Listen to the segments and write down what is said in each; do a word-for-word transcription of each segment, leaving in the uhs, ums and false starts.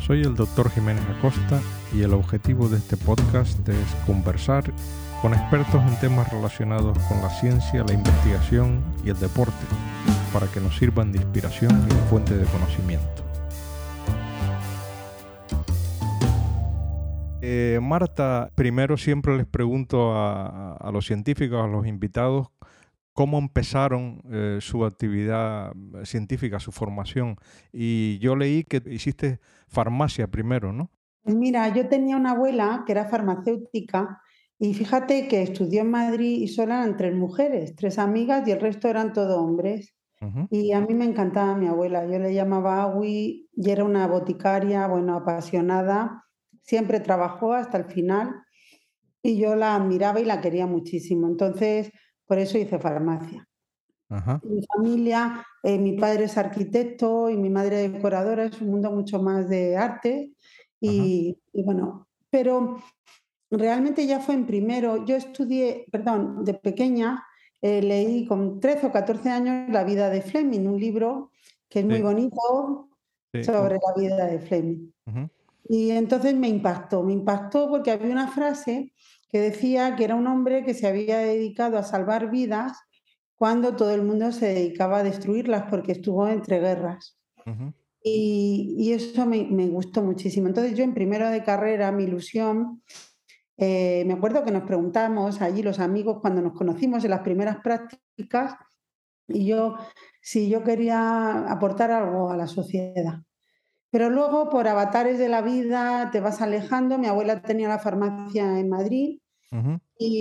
Soy el doctor Jiménez Acosta y el objetivo de este podcast es conversar con expertos en temas relacionados con la ciencia, la investigación y el deporte, para que nos sirvan de inspiración y de fuente de conocimiento. Eh, Marta, primero siempre les pregunto a, a los científicos, a los invitados, cómo empezaron eh, su actividad científica, su formación. Y yo leí que hiciste farmacia primero, ¿no? Mira, yo tenía una abuela que era farmacéutica y fíjate que estudió en Madrid y solo eran tres mujeres, tres amigas y el resto eran todos hombres. Uh-huh. Y a mí me encantaba mi abuela, yo le llamaba Agui y era una boticaria, bueno, apasionada, siempre trabajó hasta el final y yo la admiraba y la quería muchísimo. Entonces, por eso hice farmacia. Uh-huh. Mi familia, eh, mi padre es arquitecto y mi madre decoradora, es un mundo mucho más de arte Uh-huh. y, y bueno, pero realmente ya fue en primero. Yo estudié, perdón, de pequeña, eh, leí con trece o catorce años La vida de Fleming, un libro que es muy Sí, bonito sí. Uh, sobre la vida de Fleming. uh-huh. Y entonces me impactó, me impactó porque había una frase que decía que era un hombre que se había dedicado a salvar vidas cuando todo el mundo se dedicaba a destruirlas porque estuvo entre guerras. Uh-huh. Y, y eso me, me gustó muchísimo. Entonces yo en primero de carrera, mi ilusión, eh, me acuerdo que nos preguntamos allí los amigos cuando nos conocimos en las primeras prácticas y yo si yo quería aportar algo a la sociedad. Pero luego, por avatares de la vida, te vas alejando. Mi abuela tenía la farmacia en Madrid Uh-huh.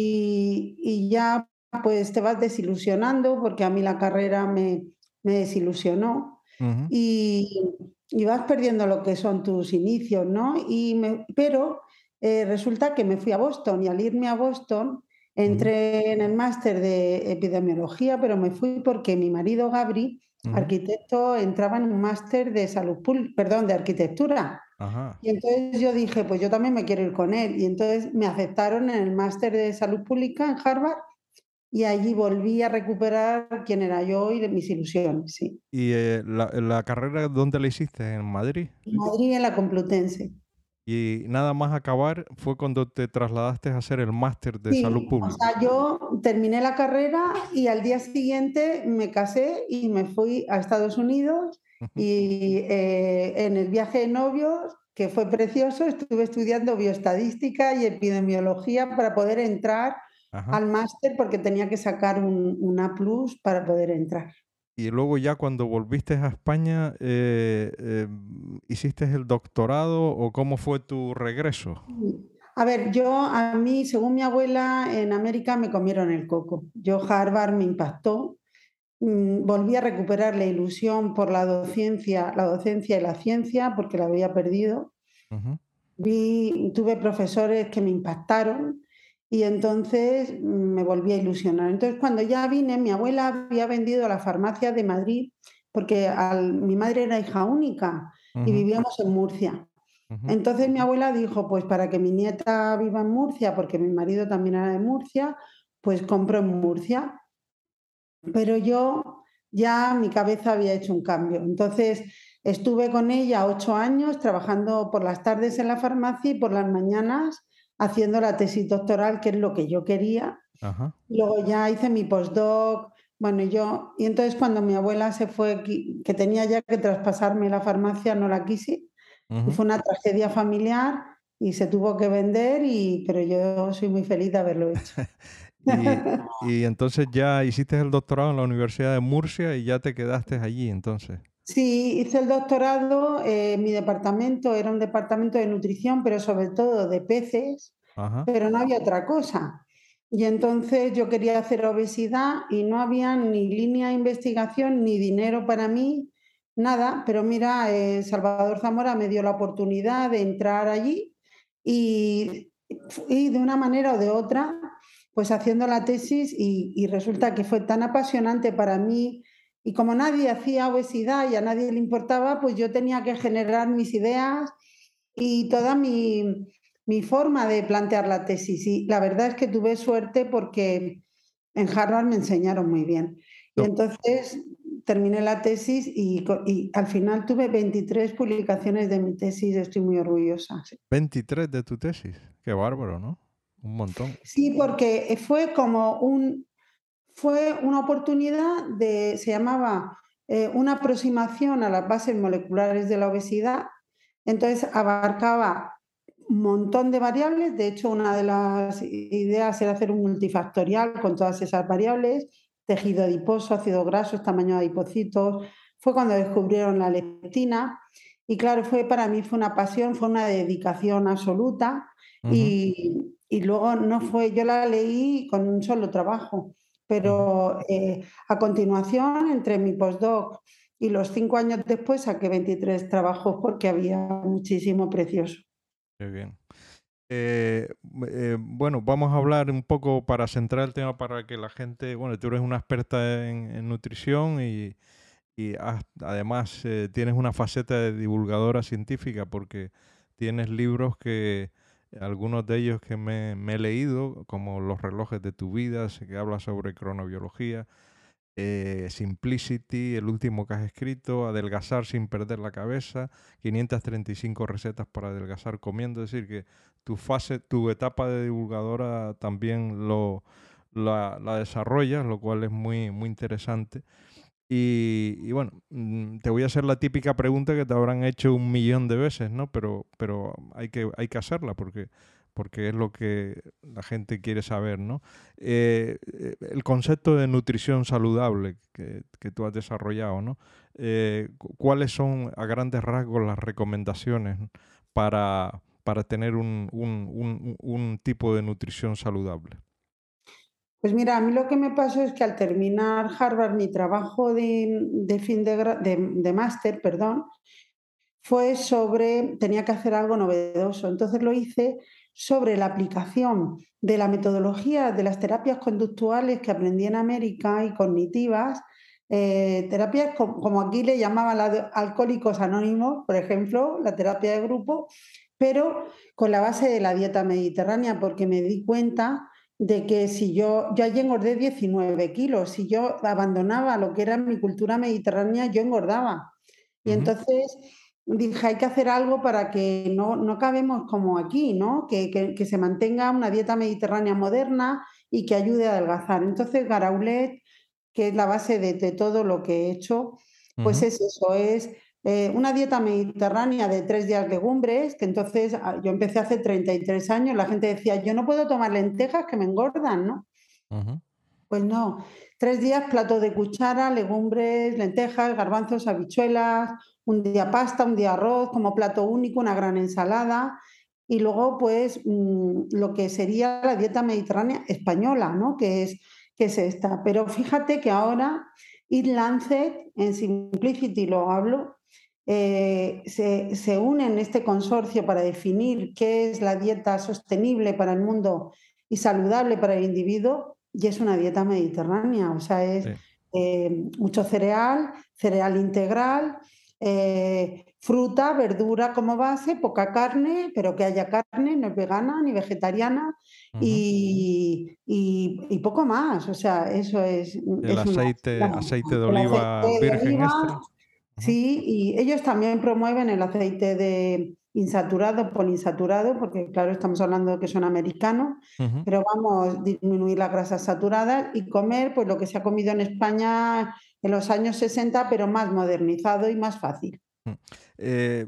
y, y ya pues te vas desilusionando porque a mí la carrera me, me desilusionó Uh-huh. y, y vas perdiendo lo que son tus inicios, ¿no? Y me- pero eh, resulta que me fui a Boston y al irme a Boston Uh-huh. entré en el máster de epidemiología, pero me fui porque mi marido Gabri, Uh-huh. arquitecto, entraba en un máster de salud pública, perdón, de arquitectura. Ajá. Y entonces yo dije, pues yo también me quiero ir con él. Y entonces me aceptaron en el máster de salud pública en Harvard y allí volví a recuperar quién era yo y mis ilusiones, sí. ¿Y eh, la, la carrera dónde la hiciste? ¿En Madrid? En Madrid, en la Complutense. Y nada más acabar fue cuando te trasladaste a hacer el máster de salud Sí, o pública. sea, yo terminé la carrera y al día siguiente me casé y me fui a Estados Unidos Uh-huh. y eh, en el viaje de novios, que fue precioso, estuve estudiando bioestadística y epidemiología para poder entrar Ajá. al máster porque tenía que sacar un, una plus para poder entrar. Y luego ya cuando volviste a España, eh, eh, ¿hiciste el doctorado o cómo fue tu regreso? A ver, yo a mí, según mi abuela, en América me comieron el coco. Yo Harvard me impactó. Mm, volví a recuperar la ilusión por la docencia, la docencia y la ciencia, porque la había perdido. Ujú. Vi, tuve profesores que me impactaron y entonces mm, me volví a ilusionar. Entonces, cuando ya vine, mi abuela había vendido la farmacia de Madrid, porque al- mi madre era hija única y Ujú. vivíamos en Murcia. Ujú. Entonces mi abuela dijo, pues para que mi nieta viva en Murcia, porque mi marido también era de Murcia, pues compro en Murcia. Pero yo ya mi cabeza había hecho un cambio. Entonces estuve con ella ocho años trabajando por las tardes en la farmacia y por las mañanas haciendo la tesis doctoral, que es lo que yo quería. Ajá. Luego ya hice mi postdoc. Bueno, yo, y entonces cuando mi abuela se fue, qui- que tenía ya que traspasarme la farmacia, no la quise. Y Ujú. fue una tragedia familiar y se tuvo que vender, y, pero yo soy muy feliz de haberlo hecho. Y, y entonces ya hiciste el doctorado en la Universidad de Murcia y ya te quedaste allí, entonces. Sí, hice el doctorado, eh, mi departamento era un departamento de nutrición, pero sobre todo de peces, Ajá. pero no había otra cosa. Y entonces yo quería hacer obesidad y no había ni línea de investigación ni dinero para mí, nada. Pero mira, eh, Salvador Zamora me dio la oportunidad de entrar allí y, y de una manera o de otra, pues haciendo la tesis y, y resulta que fue tan apasionante para mí y como nadie hacía obesidad y a nadie le importaba, pues yo tenía que generar mis ideas y toda mi, mi forma de plantear la tesis. Y la verdad es que tuve suerte porque en Harvard me enseñaron muy bien. Y To- entonces terminé la tesis y, co- y al final tuve veintitrés publicaciones de mi tesis, estoy muy orgullosa. Sí, veintitrés de tu tesis. Qué bárbaro, ¿no? Un montón. sí, porque fue como un, fue una oportunidad de, se llamaba eh, una aproximación a las bases moleculares de la obesidad. Entonces abarcaba un montón de variables. De hecho, una de las ideas era hacer un multifactorial con todas esas variables: tejido adiposo, ácidos grasos, tamaño de adipocitos. Fue cuando descubrieron la leptina. Y claro, fue para mí fue una pasión, fue una dedicación absoluta. Ujú, Y, y luego no fue, yo la leí con un solo trabajo, ujú. pero eh, a continuación, entre mi postdoc y los cinco años después, saqué veintitrés trabajos porque había muchísimo precioso. Qué bien. Eh, eh, bueno, vamos a hablar un poco para centrar el tema para que la gente, bueno, tú eres una experta en, en nutrición y, y has- además eh, tienes una faceta de divulgadora científica porque tienes libros que, algunos de ellos que me, me he leído, como Los relojes de tu vida, sé que habla sobre cronobiología, eh, Simplicity, el último que has escrito, Adelgazar sin perder la cabeza, quinientas treinta y cinco recetas para adelgazar comiendo. Es decir, que tu fase, tu etapa de divulgadora también lo, la, la desarrollas, lo cual es muy, muy interesante. Y, y bueno, mm, te voy a hacer la típica pregunta que te habrán hecho un millón de veces, ¿no? Pero, pero hay que, hay que hacerla porque, porque es lo que la gente quiere saber, ¿no? Eh, eh, el concepto de nutrición saludable que, que tú has desarrollado, ¿no? Eh, cu- ¿cuáles son a grandes rasgos las recomendaciones para, para tener un, un- un- un tipo de nutrición saludable? Pues mira, a mí lo que me pasó es que al terminar Harvard, mi trabajo de, de fin de, gra- de, de máster, perdón, fue sobre, tenía que hacer algo novedoso. Entonces lo hice sobre la aplicación de la metodología de las terapias conductuales que aprendí en América y cognitivas, eh, terapias co- como aquí le llamaban la de alcohólicos anónimos, por ejemplo, la terapia de grupo, pero con la base de la dieta mediterránea, porque me di cuenta de que si yo, yo allí engordé diecinueve kilos, si yo abandonaba lo que era mi cultura mediterránea, yo engordaba. Y Ujú, entonces dije, hay que hacer algo para que no, no acabemos como aquí, ¿no? Que, que- que se mantenga una dieta mediterránea moderna y que ayude a adelgazar. Entonces, Garaulet, que es la base de, de todo lo que he hecho, pues ujú, es eso, es eh, una dieta mediterránea de tres días legumbres, que entonces ah, yo empecé hace treinta y tres años, la gente decía, yo no puedo tomar lentejas que me engordan, ¿no? ujú, Pues no, tres días plato de cuchara, legumbres, lentejas, garbanzos, habichuelas, un día pasta, un día arroz, como plato único, una gran ensalada. Y luego, pues, mm, lo que sería la dieta mediterránea española, ¿no? Que es, que es esta. Pero fíjate que ahora Eat Lancet, en Simplicity lo hablo, eh, se, se une en este consorcio para definir qué es la dieta sostenible para el mundo y saludable para el individuo, y es una dieta mediterránea, o sea, es sí. eh, mucho cereal, cereal integral, eh, fruta, verdura como base, poca carne, pero que haya carne, no es vegana ni vegetariana, Ujú. y, y- y poco más, o sea, eso es, El es una... aceite, aceite de El aceite oliva de virgen oliva, extra. Ujú, sí, y ellos también promueven el aceite de insaturado, poliinsaturado, porque claro, estamos hablando de que son americanos, ujú. pero vamos, disminuir las grasas saturadas y comer pues lo que se ha comido en España en los años sesenta, pero más modernizado y más fácil. Mm. Eh,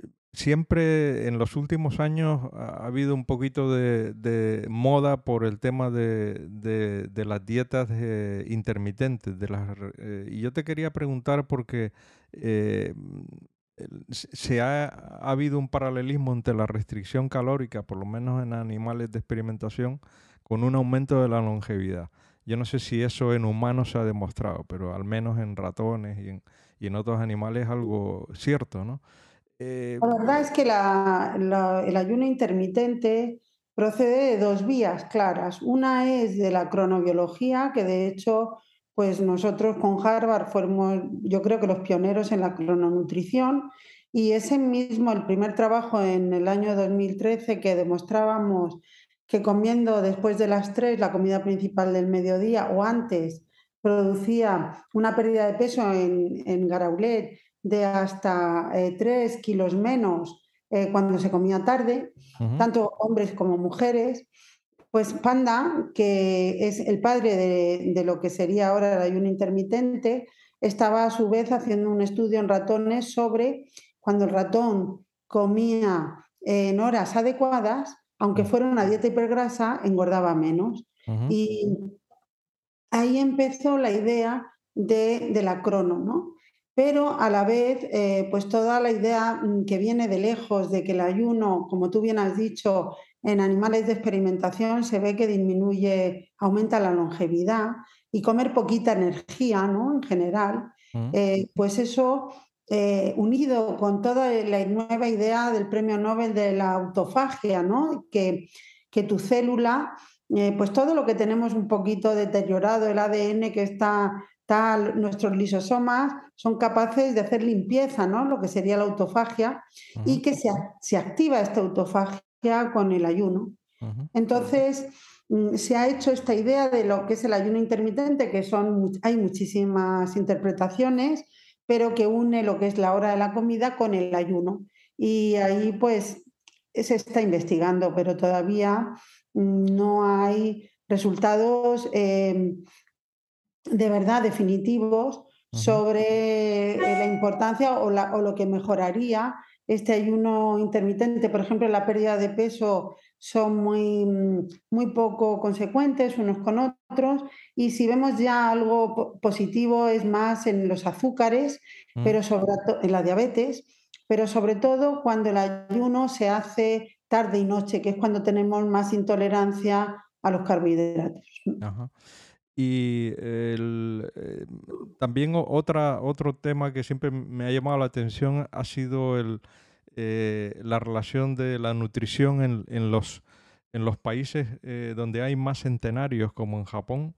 Siempre en los últimos años ha ha habido un poquito de, de moda por el tema de, de- de las dietas eh, intermitentes. De las, re- eh, y yo te quería preguntar porque eh, el- se se ha, ha habido un paralelismo entre la restricción calórica, por lo menos en animales de experimentación, con un aumento de la longevidad. Yo no sé si eso en humanos se ha demostrado, pero al menos en ratones y en, y en otros animales es algo cierto, ¿no? Eh, La verdad es que la- la- el ayuno intermitente procede de dos vías claras. Una es de la cronobiología, que de hecho, pues nosotros con Harvard fuimos, yo creo que los pioneros en la crononutrición, y ese mismo, el primer trabajo en el año dos mil trece que demostrábamos que comiendo después de las tres, la comida principal del mediodía o antes, producía una pérdida de peso en, en Garaulet de hasta eh, tres kilos menos eh, cuando se comía tarde, ujú, tanto hombres como mujeres. Pues Panda, que es el padre de, de lo que sería ahora el ayuno intermitente, estaba a su vez haciendo un estudio en ratones sobre cuando el ratón comía en horas adecuadas, aunque mm, fuera una dieta hipergrasa, engordaba menos. ujú, Y ahí empezó la idea de, de la crono, ¿no? Pero a la vez, eh, pues toda la idea mm, que viene de lejos de que el ayuno, como tú bien has dicho, en animales de experimentación se ve que disminuye, aumenta la longevidad y comer poquita energía, ¿no? En general, mm, eh, pues eso, eh, unido con toda la nueva idea del premio Nobel de la autofagia, ¿no? Que, que tu célula eh, pues todo lo que tenemos un poquito deteriorado, el A D N que está tal, nuestros lisosomas son capaces de hacer limpieza, ¿no? Lo que sería la autofagia, ujú, y que se, se activa esta autofagia con el ayuno. ujú, Entonces, mm, se ha hecho esta idea de lo que es el ayuno intermitente, que son, hay muchísimas interpretaciones, pero que une lo que es la hora de la comida con el ayuno. Y ahí, pues, se está investigando, pero todavía mm, no hay resultados eh, de verdad definitivos ujú, sobre eh, la importancia o, la- o lo que mejoraría este ayuno intermitente. Por ejemplo, la pérdida de peso son muy, mm, muy poco consecuentes unos con otros, y si vemos ya algo po- positivo es más en los azúcares, mm. pero sobre todo en la diabetes, pero sobre todo cuando el ayuno se hace tarde y noche, que es cuando tenemos más intolerancia a los carbohidratos. Ajá. Y el, eh, también o- otra, otro tema que siempre me ha llamado la atención ha sido el, eh, la relación de la nutrición en, en los, en los países eh, donde hay más centenarios, como en Japón.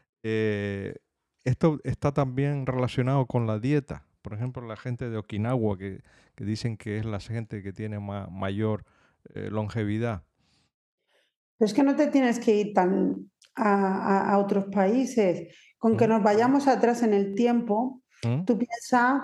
Eh, Esto está también relacionado con la dieta. Por ejemplo, la gente de Okinawa, que, que dicen que es la gente que tiene ma- mayor eh, longevidad. Pero es que no te tienes que ir tan a, a- a otros países. Con que Mm, nos vayamos atrás en el tiempo, mm, tú piensas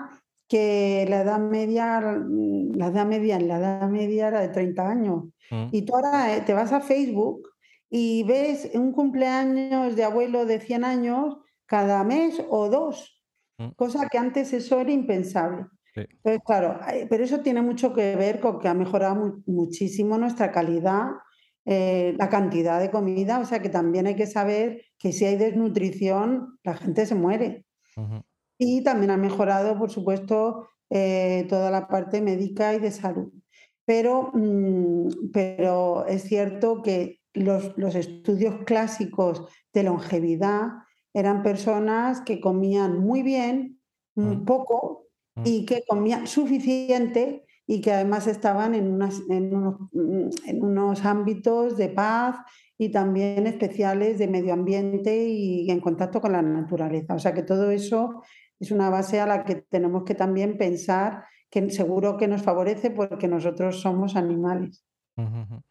que la edad media, mm, la edad media en la edad media era de treinta años. mm, Y tú ahora eh, te vas a Facebook y ves un cumpleaños de abuelo de cien años cada mes o dos, mm, cosa que antes eso era impensable. sí. Entonces, claro, eh, pero eso tiene mucho que ver con que ha mejorado mu- muchísimo nuestra calidad, eh, la cantidad de comida, o sea que también hay que saber que si hay desnutrición, la gente se muere. Ujú, Y también ha mejorado, por supuesto, eh, toda la parte médica y de salud. Pero, mm, pero es cierto que los, los estudios clásicos de longevidad eran personas que comían muy bien, mm, mm, poco, mm, y que comían suficiente y que además estaban en, unas- en unos, mm, en unos ámbitos de paz y también especiales de medio ambiente y en contacto con la naturaleza. O sea que todo eso es una base a la que tenemos que también pensar que seguro que nos favorece porque nosotros somos animales. ujú, ujú.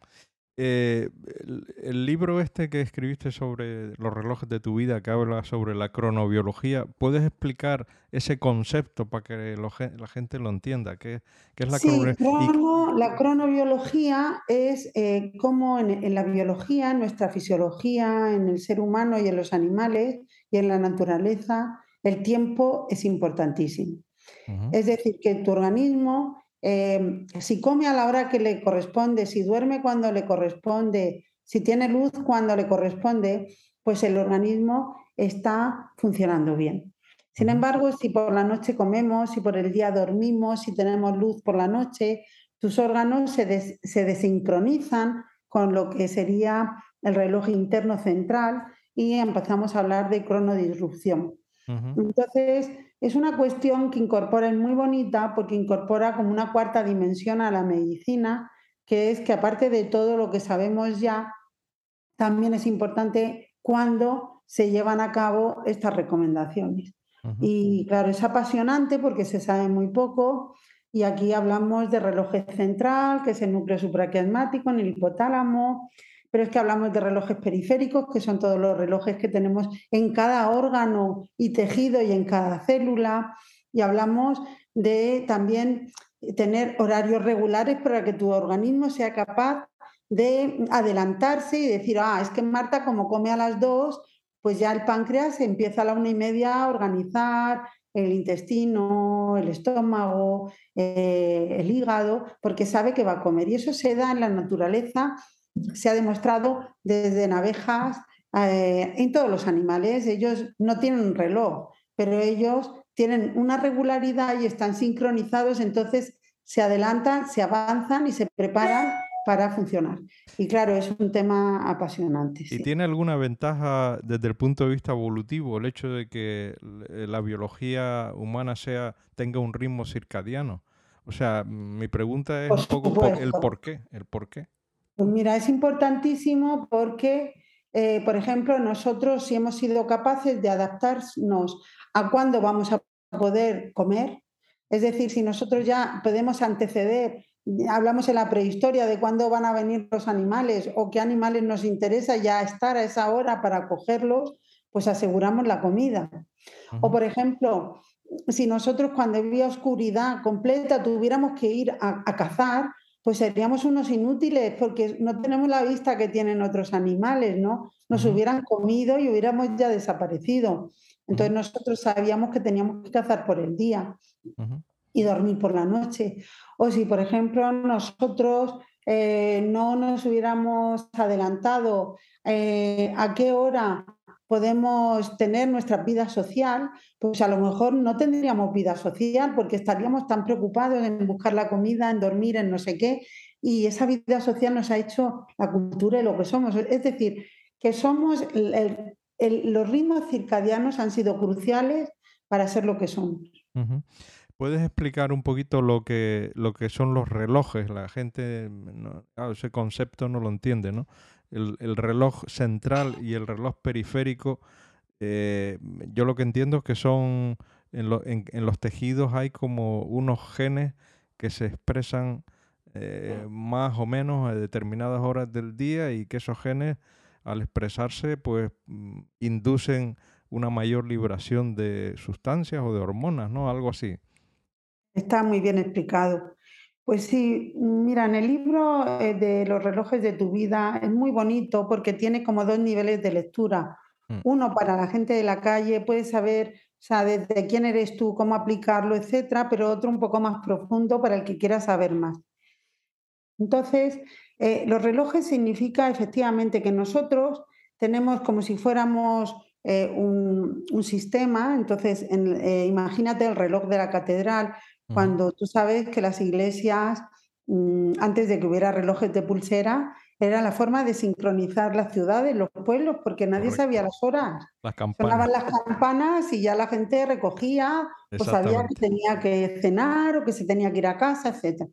Eh, el, el libro este que escribiste sobre los relojes de tu vida, que habla sobre la cronobiología, ¿puedes explicar ese concepto para que lo gen- la gente lo entienda? ¿Qué, qué es la Sí, cronobiología? Y, crono- la cronobiología es eh, cómo en, en la biología, en nuestra fisiología, en el ser humano y en los animales y en la naturaleza, el tiempo es importantísimo. ujú, Es decir, que tu organismo, eh, si come a la hora que le corresponde, si duerme cuando le corresponde, si tiene luz cuando le corresponde, pues el organismo está funcionando bien. Sin ujú, embargo, si por la noche comemos, si por el día dormimos, si tenemos luz por la noche, tus órganos se, des- se desincronizan con lo que sería el reloj interno central y empezamos a hablar de cronodisrupción. ujú, Entonces, es una cuestión que incorpora, es muy bonita porque incorpora como una cuarta dimensión a la medicina, que es que aparte de todo lo que sabemos ya, también es importante cuándo se llevan a cabo estas recomendaciones. ujú, Y claro, es apasionante porque se sabe muy poco y aquí hablamos de reloj central, que es el núcleo supraquiasmático en el hipotálamo, pero es que hablamos de relojes periféricos, que son todos los relojes que tenemos en cada órgano y tejido y en cada célula, y hablamos de también tener horarios regulares para que tu organismo sea capaz de adelantarse y decir, ah, es que Marta como come a las dos, pues ya el páncreas empieza a la una y media a organizar el intestino, el estómago, eh, el hígado, porque sabe que va a comer. Y eso se da en la naturaleza, se ha demostrado desde en abejas, eh, en todos los animales. Ellos no tienen un reloj, pero ellos tienen una regularidad y están sincronizados, entonces se adelantan, se avanzan y se preparan para funcionar. Y claro, es un tema apasionante, ¿Y sí. tiene alguna ventaja desde el punto de vista evolutivo el hecho de que l- la biología humana sea, tenga un ritmo circadiano? O sea, mi pregunta es Por un poco por el supuesto. por qué, el por qué. Pues mira, es importantísimo porque, eh, por ejemplo, nosotros si hemos sido capaces de adaptarnos a cuándo vamos a poder comer, es decir, si nosotros ya podemos anteceder, hablamos en la prehistoria de cuándo van a venir los animales o qué animales nos interesa ya estar a esa hora para cogerlos, pues aseguramos la comida. O, Ujú, por ejemplo, si nosotros cuando había oscuridad completa tuviéramos que ir a, a cazar, pues seríamos unos inútiles porque no tenemos la vista que tienen otros animales, ¿no? Nos ujú, hubieran comido y hubiéramos ya desaparecido. ujú, Entonces nosotros sabíamos que teníamos que cazar por el día ujú, y dormir por la noche. O si, por ejemplo, nosotros eh, no nos hubiéramos adelantado eh, a qué hora podemos tener nuestra vida social, pues a lo mejor no tendríamos vida social porque estaríamos tan preocupados en buscar la comida, en dormir, en no sé qué, y esa vida social nos ha hecho la cultura y lo que somos. Es decir, que somos, el- el- el- los ritmos circadianos han sido cruciales para ser lo que somos. ujú. ¿Puedes explicar un poquito lo que, lo que son los relojes? La gente, mm, no- claro, ese concepto no lo entiende, ¿no? El, el reloj central y el reloj periférico, eh, yo lo que entiendo es que son, en, lo- en- en los tejidos hay como unos genes que se expresan eh, más o menos a determinadas horas del día y que esos genes, al expresarse, pues mm, inducen una mayor liberación de sustancias o de hormonas, ¿no? Algo así. Está muy bien explicado. Pues sí, mira, en el libro eh, de los relojes de tu vida es muy bonito porque tiene como dos niveles de lectura. Mm, Uno para la gente de la calle, puedes saber, o sea, desde quién eres tú, cómo aplicarlo, etcétera, pero otro un poco más profundo para el que quiera saber más. Entonces, eh, los relojes significa efectivamente que nosotros tenemos como si fuéramos eh, un, un sistema, entonces en- eh, imagínate el reloj de la catedral, ujú. cuando tú sabes que las iglesias, mm, antes de que hubiera relojes de pulsera, era la forma de sincronizar las ciudades, los pueblos, porque nadie sabía Correcto. las horas. Las campanas, Sonaban las campanas y ya la gente recogía o sabía que exactamente. tenía que cenar o que se tenía que ir a casa, etcétera.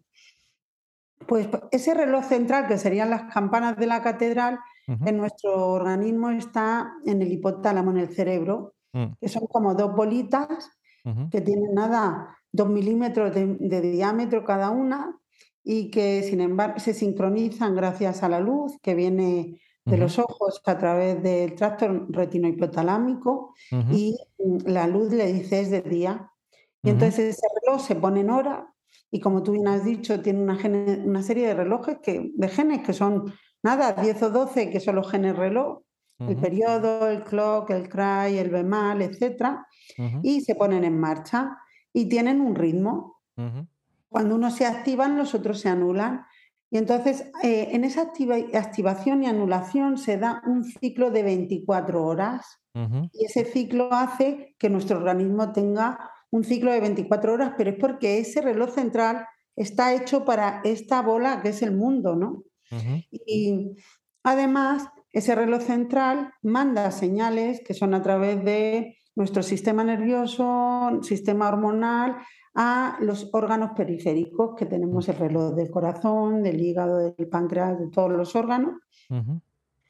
Pues ese reloj central, que serían las campanas de la catedral, Ujú, en nuestro organismo está en el hipotálamo, en el cerebro, mm, que son como dos bolitas ujú, que tienen nada, dos milímetros de, de diámetro cada una y que sin embargo se sincronizan gracias a la luz que viene de ujú, los ojos a través del tracto retinohipotalámico ujú, y mm, la luz le dice es de día. Y ujú, entonces ese reloj se pone en hora y como tú bien has dicho, tiene una, gene- una serie de relojes que, de genes que son nada, diez o doce que son los genes reloj, el ujú, periodo, el clock, el cry, el bemal, etcétera, ujú, y se ponen en marcha y tienen un ritmo. ujú, Cuando unos se activan, los otros se anulan. Y entonces, eh, en esa activa- activación y anulación se da un ciclo de veinticuatro horas. ujú, Y ese ciclo hace que nuestro organismo tenga un ciclo de veinticuatro horas, pero es porque ese reloj central está hecho para esta bola que es el mundo, ¿no? ujú, Y además, ese reloj central manda señales que son a través de nuestro sistema nervioso, sistema hormonal, a los órganos periféricos, que mm, tenemos el reloj del corazón, del hígado, del páncreas, de todos los órganos, ujú,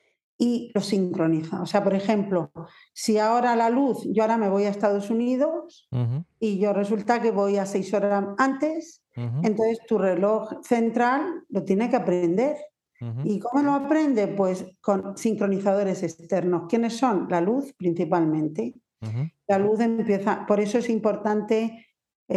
y los sincroniza. O sea, por ejemplo, si ahora la luz, yo ahora me voy a Estados Unidos ujú, y yo resulta que voy a seis horas antes, ujú, entonces tu reloj central lo tiene que aprender Ujú, ¿Y cómo lo aprende? Pues con sincronizadores externos. ¿Quiénes son? La luz, principalmente. ujú, La luz empieza, por eso es importante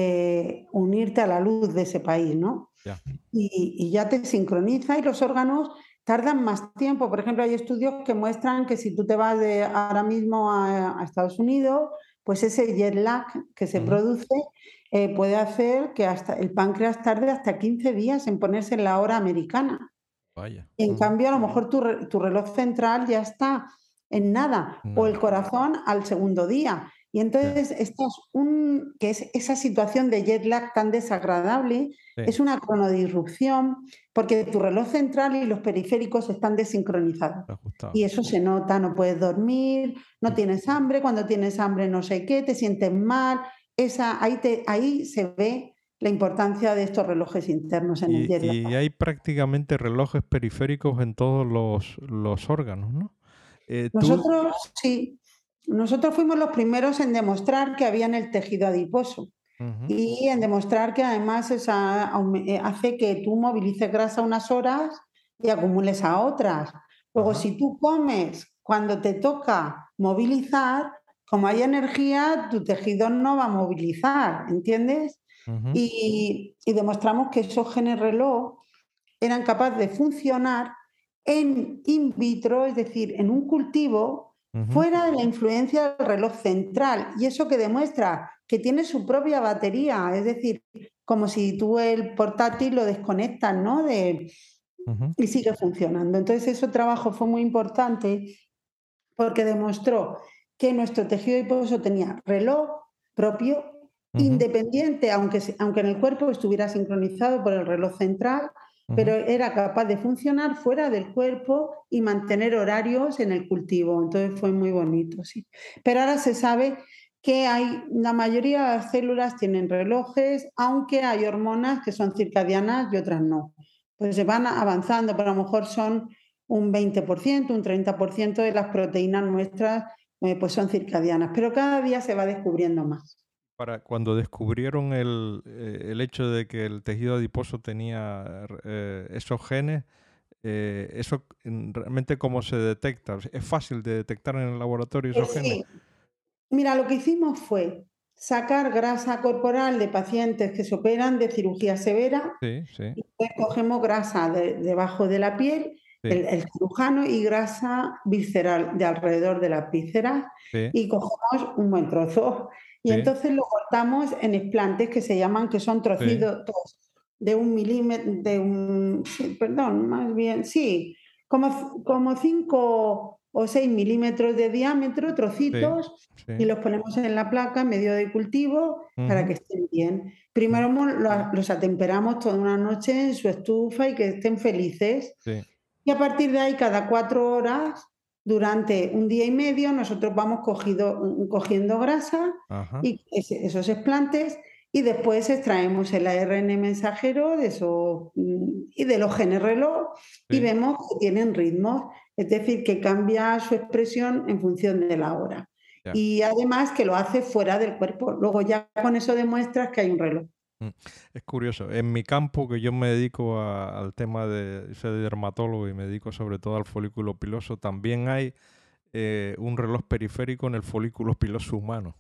eh, unirte a la luz de ese país, ¿no? ya. Y, y ya te sincroniza y los órganos tardan más tiempo. Por ejemplo, hay estudios que muestran que si tú te vas de ahora mismo a, a Estados Unidos, pues ese jet lag que se Ujú, produce eh, puede hacer que hasta el páncreas tarde hasta quince días en ponerse en la hora americana. vaya. Y en Ujú, cambio, a lo mejor tu, re- tu reloj central ya está en nada, o el nada. corazón al segundo día. Y Ya. entonces, esto es un, que es esa situación de jet lag tan desagradable, Sí, es una cronodisrupción, porque tu reloj central y los periféricos están desincronizados. ajustado. Y eso se nota, no puedes dormir, no Mm. tienes hambre, cuando tienes hambre no sé qué, te sientes mal. Esa, ahí, te, ahí se ve la importancia de estos relojes internos en el Y, jet lag. y hay prácticamente relojes periféricos en todos los, los órganos, ¿no? Eh, tú, Nosotros sí, nosotros fuimos los primeros en demostrar que había en el tejido adiposo ujú, y en demostrar que además esa aume eh, hace que tú movilices grasa unas horas y acumules a otras. Luego, ajá, si tú comes cuando te toca movilizar, como hay energía, tu tejido no va a movilizar, ¿entiendes? ujú, Y, y demostramos que esos genes reloj eran capaces de funcionar en in vitro, es decir, en un cultivo ujú, fuera de la influencia del reloj central. Y eso que demuestra que tiene su propia batería, es decir, como si tú el portátil lo desconectas, ¿no? De, ujú, y sigue funcionando. Entonces, ese trabajo fue muy importante porque demostró que nuestro tejido adiposo tenía reloj propio, ujú, independiente, aunque, aunque en el cuerpo estuviera sincronizado por el reloj central, pero ujú. era capaz de funcionar fuera del cuerpo y mantener horarios en el cultivo. Entonces fue muy bonito, sí. Pero ahora se sabe que hay, la mayoría de las células tienen relojes, aunque hay hormonas que son circadianas y otras no. Pues se van avanzando, pero a lo mejor son un veinte por ciento, un treinta por ciento de las proteínas nuestras eh, pues son circadianas, pero cada día se va descubriendo más. Para cuando descubrieron el, eh, el hecho de que el tejido adiposo tenía eh, esos genes, eh, eso mm, realmente cómo se detecta. O sea, es fácil de detectar en el laboratorio esos Pues genes. sí, mira, lo que hicimos fue sacar grasa corporal de pacientes que se operan de cirugía severa Sí, sí, y pues cogemos grasa de- debajo de la piel, sí, el, el cirujano, y grasa visceral de alrededor de las vísceras sí, y cogemos un buen trozo y sí, entonces lo cortamos en explantes que se llaman, que son sí, trocitos de un milímetro, de un, sí, perdón, más bien, sí, como, como cinco o seis milímetros de diámetro, sí, trocitos, y sí. los ponemos en la placa en medio de cultivo para Ujú, que estén bien. mm, Primero mo- lo- los atemperamos toda una noche en su estufa y que estén felices. sí, Y a partir de ahí, cada cuatro horas, durante un día y medio, nosotros vamos cogido- cogiendo grasa ajá, y ese- esos explantes y después extraemos el A R N mensajero de eso, mm, y de los genes reloj y sí, vemos que tienen ritmos, es decir, que cambia su expresión en función de la hora. ya. Y además que lo hace fuera del cuerpo. Luego ya con eso demuestras que hay un reloj. Mm. Es curioso. En mi campo, que yo me dedico a- al tema de, soy dermatólogo y me dedico sobre todo al folículo piloso, también hay eh, un reloj periférico en el folículo piloso humano.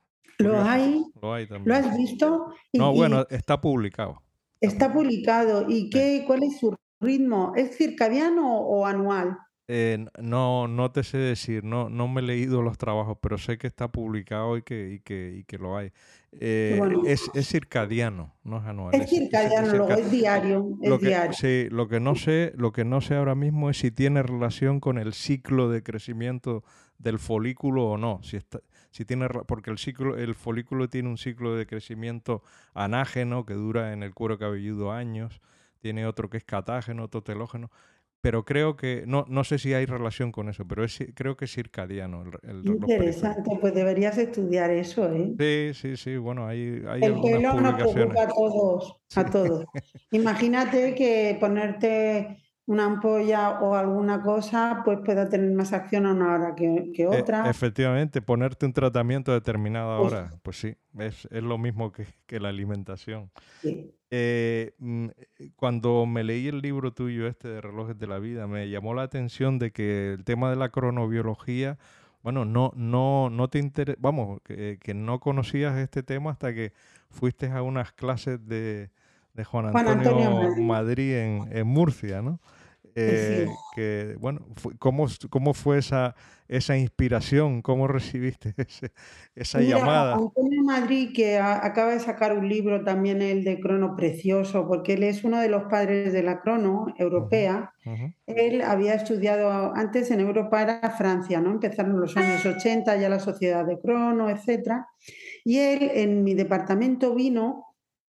Lo Curioso. hay, Lo hay lo también. has visto No, y, bueno, está publicado. Está está publicado. publicado. ¿Y Sí. qué, cuál es su ritmo? ¿Es circadiano o anual? Eh, n- no, no te sé decir, no, no me he leído los trabajos, pero sé que está publicado y que, y que, y que lo hay. Qué Eh, bonito. es, es circadiano, no es anual, Es es, es- es circadiano, luego circa- es diario, es Lo que, diario. sí, lo que no sé, lo que no sé ahora mismo es si tiene relación con el ciclo de crecimiento del folículo o no. Si está, si tiene, ra- porque el ciclo, el folículo tiene un ciclo de crecimiento anágeno que dura en el cuero cabelludo años, tiene otro que es catágeno, otro telógeno. Pero creo que, no, no sé si hay relación con eso, pero es, ci- creo que es circadiano el, re- el reloj periférico. Interesante, pues deberías estudiar eso, ¿eh? Sí, sí, sí, bueno, hay, hay El algunas pelo nos publicaciones. preocupa a todos, Sí. a todos. Imagínate que ponerte una ampolla o alguna cosa, pues pueda tener más acción a una hora que, que E- otra. efectivamente, ponerte un tratamiento a determinada Pues, hora, pues sí, es, es lo mismo que, que la alimentación. sí. Eh, mm, eh, cuando me leí el libro tuyo este de Relojes de la Vida, me llamó la atención de que el tema de la cronobiología, bueno, no, no, no te interesa, vamos, que, que no conocías este tema hasta que fuiste a unas clases de, de Juan Juan Antonio Antonio Madrid, Madrid en, en Murcia, ¿no? eh, sí. Eh, que, bueno, fu- ¿cómo, s- cómo fue esa, esa inspiración? ¿Cómo recibiste ese- esa Pues mira, Juan llamada? Antonio Madrid, que a- acaba de sacar un libro también, el de crono precioso, porque él es uno de los padres de la crono Ujú, europea. ujú, Él había estudiado antes en Europa, era Francia, ¿no? Empezaron los años ochenta, ya la sociedad de crono, etcétera. Y él en mi departamento vino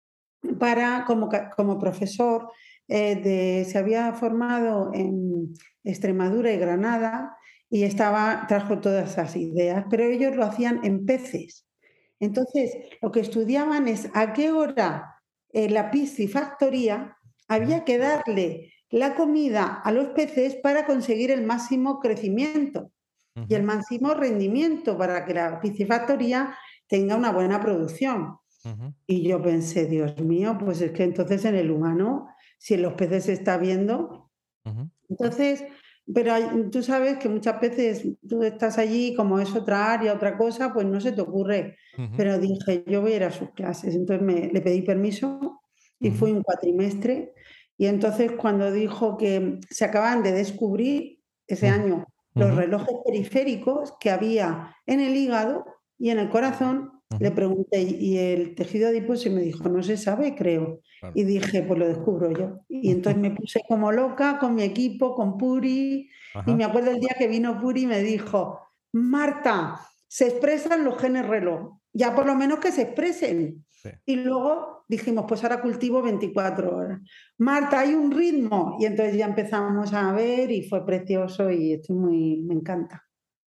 para, como, como profesor, eh, de, se había formado en Extremadura y Granada y estaba, trajo todas esas ideas, pero ellos lo hacían en peces. Entonces, lo que estudiaban es a qué hora eh, la piscifactoría ujú, había que darle la comida a los peces para conseguir el máximo crecimiento y el ujú, máximo rendimiento para que la piscifactoría tenga una buena producción. ujú, Y yo pensé, Dios mío, pues es que entonces en el humano, si en los peces se está viendo, ujú, entonces, pero hay- tú sabes que muchas veces tú estás allí, como es otra área, otra cosa, pues no se te ocurre. ujú, Pero dije, yo voy a ir a sus clases. Entonces me, le pedí permiso y ujú, fui un cuatrimestre. Y entonces cuando dijo que se acaban de descubrir ese ujú, año los ujú, relojes periféricos que había en el hígado y en el corazón, le ujú. pregunté, ¿y el tejido adiposo? Y me dijo, no se sabe, creo. Claro. Y dije, pues lo descubro yo. Y entonces me puse como loca con mi equipo, con Puri. Y Ajá, me acuerdo el día que vino Puri y me dijo, Marta, se expresan los genes reloj. Ya por lo menos que se expresen. sí. Y luego dijimos, pues ahora cultivo veinticuatro horas. Marta, hay un ritmo. Y entonces ya empezamos a ver y fue precioso y estoy muy, me encanta.